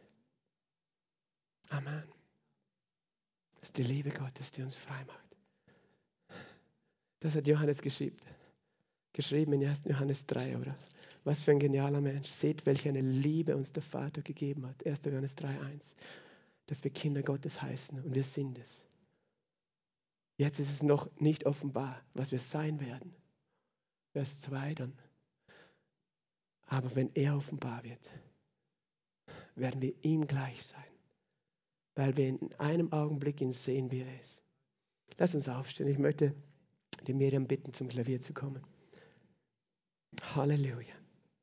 Amen. Das ist die Liebe Gottes, die uns frei macht. Das hat Johannes geschrieben in 1. Johannes 3, oder? Was für ein genialer Mensch. Seht, welche eine Liebe uns der Vater gegeben hat. 1. Johannes 3,1. Dass wir Kinder Gottes heißen und wir sind es. Jetzt ist es noch nicht offenbar, was wir sein werden. Vers 2 dann. Aber wenn er offenbar wird, werden wir ihm gleich sein. Weil wir in einem Augenblick ihn sehen, wie er ist. Lass uns aufstehen. Ich möchte die Miriam bitten, zum Klavier zu kommen. Halleluja.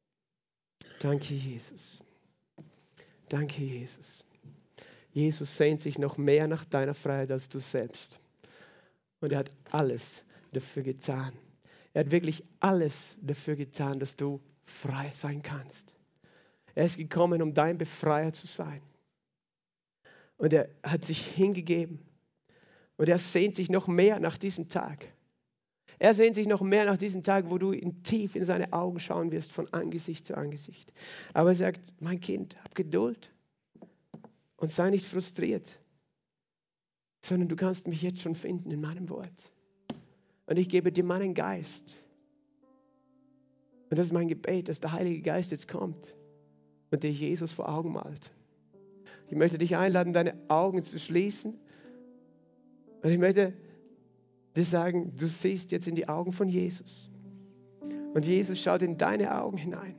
Danke, Jesus. Danke, Jesus. Jesus sehnt sich noch mehr nach deiner Freiheit als du selbst. Und er hat alles dafür getan. Er hat wirklich alles dafür getan, dass du frei sein kannst. Er ist gekommen, um dein Befreier zu sein. Und er hat sich hingegeben. Und er sehnt sich noch mehr nach diesem Tag. Er sehnt sich noch mehr nach diesem Tag, wo du ihn tief in seine Augen schauen wirst, von Angesicht zu Angesicht. Aber er sagt, mein Kind, hab Geduld und sei nicht frustriert, sondern du kannst mich jetzt schon finden in meinem Wort. Und ich gebe dir meinen Geist. Und das ist mein Gebet, dass der Heilige Geist jetzt kommt und dir Jesus vor Augen malt. Ich möchte dich einladen, deine Augen zu schließen. Und ich möchte dir sagen, du siehst jetzt in die Augen von Jesus. Und Jesus schaut in deine Augen hinein.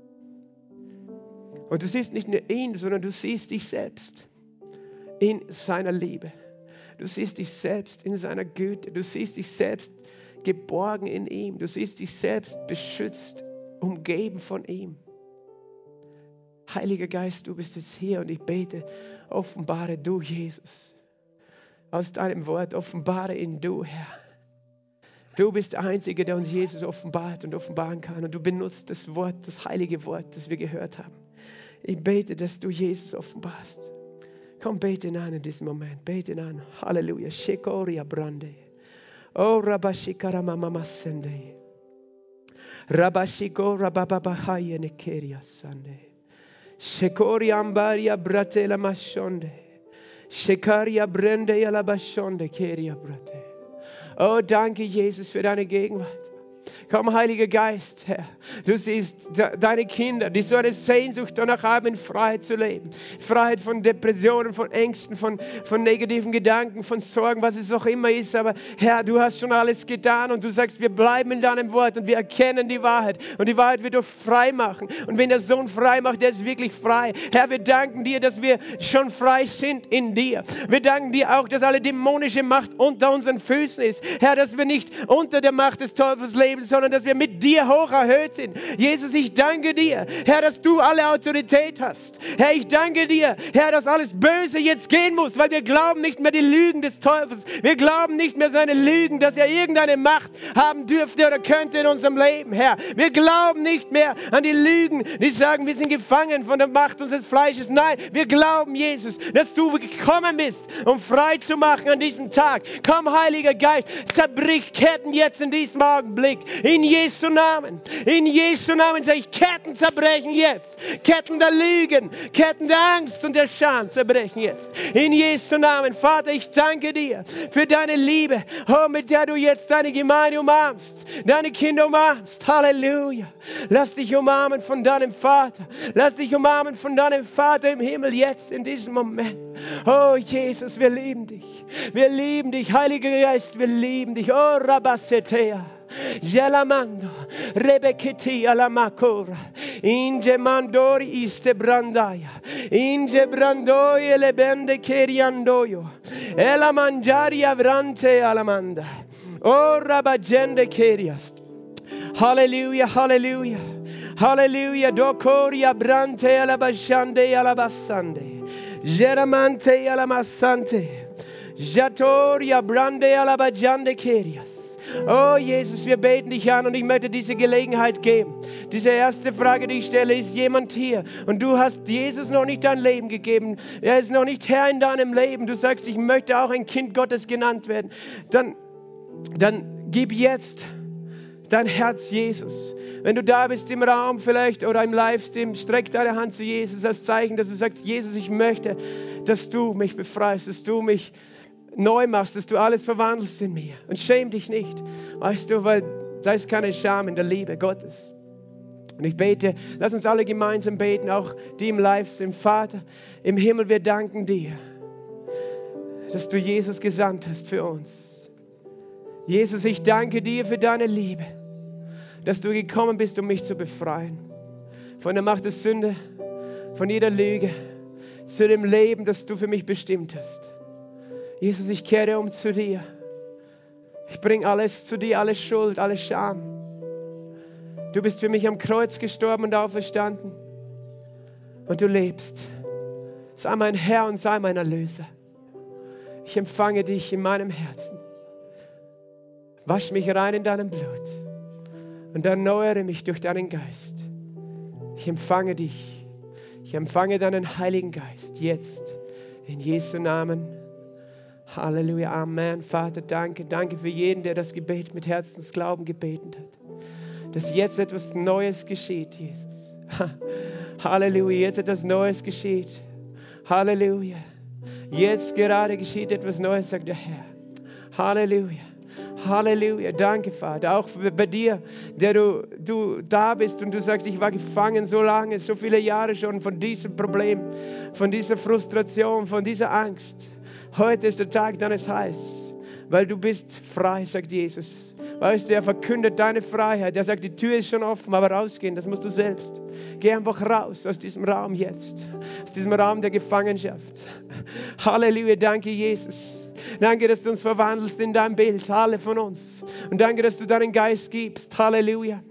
Und du siehst nicht nur ihn, sondern du siehst dich selbst in seiner Liebe. Du siehst dich selbst in seiner Güte. Du siehst dich selbst geborgen in ihm. Du siehst dich selbst beschützt, umgeben von ihm. Heiliger Geist, du bist jetzt hier und ich bete, offenbare du, Jesus. Aus deinem Wort, offenbare ihn du, Herr. Du bist der Einzige, der uns Jesus offenbart und offenbaren kann. Und du benutzt das Wort, das heilige Wort, das wir gehört haben. Ich bete, dass du Jesus offenbarst. Komm, bete ihn an in diesem Moment. Bete ihn an. Halleluja. Shekoria brande. Oh, Rabashikara mama sende. Rabashiko rabababahaye nekeria sande. Shekoria ambaria bratela mashonde. Shekaria brende yala bashonde keria brate. Oh, danke, Jesus, für deine Gegenwart. Komm, Heiliger Geist, Herr. Du siehst deine Kinder, die so eine Sehnsucht danach haben, in Freiheit zu leben. Freiheit von Depressionen, von Ängsten, von negativen Gedanken, von Sorgen, was es auch immer ist. Aber Herr, du hast schon alles getan und du sagst, wir bleiben in deinem Wort und wir erkennen die Wahrheit. Und die Wahrheit wird doch frei machen. Und wenn der Sohn frei macht, der ist wirklich frei. Herr, wir danken dir, dass wir schon frei sind in dir. Wir danken dir auch, dass alle dämonische Macht unter unseren Füßen ist. Herr, dass wir nicht unter der Macht des Teufels leben, sondern sondern dass wir mit dir hoch erhöht sind. Jesus, ich danke dir, Herr, dass du alle Autorität hast. Herr, ich danke dir, Herr, dass alles Böse jetzt gehen muss, weil wir glauben nicht mehr die Lügen des Teufels. Wir glauben nicht mehr seine Lügen, dass er irgendeine Macht haben dürfte oder könnte in unserem Leben, Herr. Wir glauben nicht mehr an die Lügen, die sagen, wir sind gefangen von der Macht unseres Fleisches. Nein, wir glauben, Jesus, dass du gekommen bist, um frei zu machen an diesem Tag. Komm, Heiliger Geist, zerbrich Ketten jetzt in diesem Augenblick. In Jesu Namen. In Jesu Namen sage ich, Ketten zerbrechen jetzt. Ketten der Lügen, Ketten der Angst und der Scham zerbrechen jetzt. In Jesu Namen. Vater, ich danke dir für deine Liebe, oh, mit der du jetzt deine Gemeinde umarmst, deine Kinder umarmst. Halleluja. Lass dich umarmen von deinem Vater. Lass dich umarmen von deinem Vater im Himmel jetzt in diesem Moment. Oh Jesus, wir lieben dich. Wir lieben dich, Heiliger Geist, wir lieben dich. Oh Rabassetea. Gelamando, Rebekiti alamakora, Inge mandori iste brandaya, Inge brandoye lebende keriandoyo, Ela mangiari avrante alamanda, Oh rabagende kerias. Hallelujah, hallelujah, hallelujah, dokoria brante alabashande alabasande, Geramante alamasante, Jatoria brande alabajande kerias. Oh Jesus, wir beten dich an und ich möchte diese Gelegenheit geben. Diese erste Frage, die ich stelle, ist jemand hier und du hast Jesus noch nicht dein Leben gegeben. Er ist noch nicht Herr in deinem Leben. Du sagst, ich möchte auch ein Kind Gottes genannt werden. Dann gib jetzt dein Herz Jesus. Wenn du da bist im Raum vielleicht oder im Livestream, streck deine Hand zu Jesus als Zeichen, dass du sagst, Jesus, ich möchte, dass du mich befreist, dass du mich neu machst, dass du alles verwandelst in mir. Und schäm dich nicht, weißt du, weil da ist keine Scham in der Liebe Gottes. Und ich bete, lass uns alle gemeinsam beten, auch die im Livestream. Vater, im Himmel, wir danken dir, dass du Jesus gesandt hast für uns. Jesus, ich danke dir für deine Liebe, dass du gekommen bist, um mich zu befreien. Von der Macht der Sünde, von jeder Lüge, zu dem Leben, das du für mich bestimmt hast. Jesus, ich kehre um zu dir. Ich bringe alles zu dir, alle Schuld, alle Scham. Du bist für mich am Kreuz gestorben und auferstanden. Und du lebst. Sei mein Herr und sei mein Erlöser. Ich empfange dich in meinem Herzen. Wasch mich rein in deinem Blut und erneuere mich durch deinen Geist. Ich empfange dich. Ich empfange deinen Heiligen Geist jetzt in Jesu Namen. Halleluja, Amen. Vater, danke. Danke für jeden, der das Gebet mit Herzensglauben gebeten hat. Dass jetzt etwas Neues geschieht, Jesus. Halleluja, jetzt etwas Neues geschieht. Halleluja. Jetzt gerade geschieht etwas Neues, sagt der Herr. Halleluja. Halleluja, danke Vater, auch bei dir, der du da bist und du sagst, ich war gefangen so lange, so viele Jahre schon von diesem Problem, von dieser Frustration, von dieser Angst. Heute ist der Tag deines Heils, weil du bist frei, sagt Jesus. Weißt du, er verkündet deine Freiheit. Er sagt, die Tür ist schon offen, aber rausgehen, das musst du selbst. Geh einfach raus aus diesem Raum jetzt, aus diesem Raum der Gefangenschaft. Halleluja, danke Jesus. Danke, dass du uns verwandelst in dein Bild, alle von uns. Und danke, dass du deinen Geist gibst. Halleluja.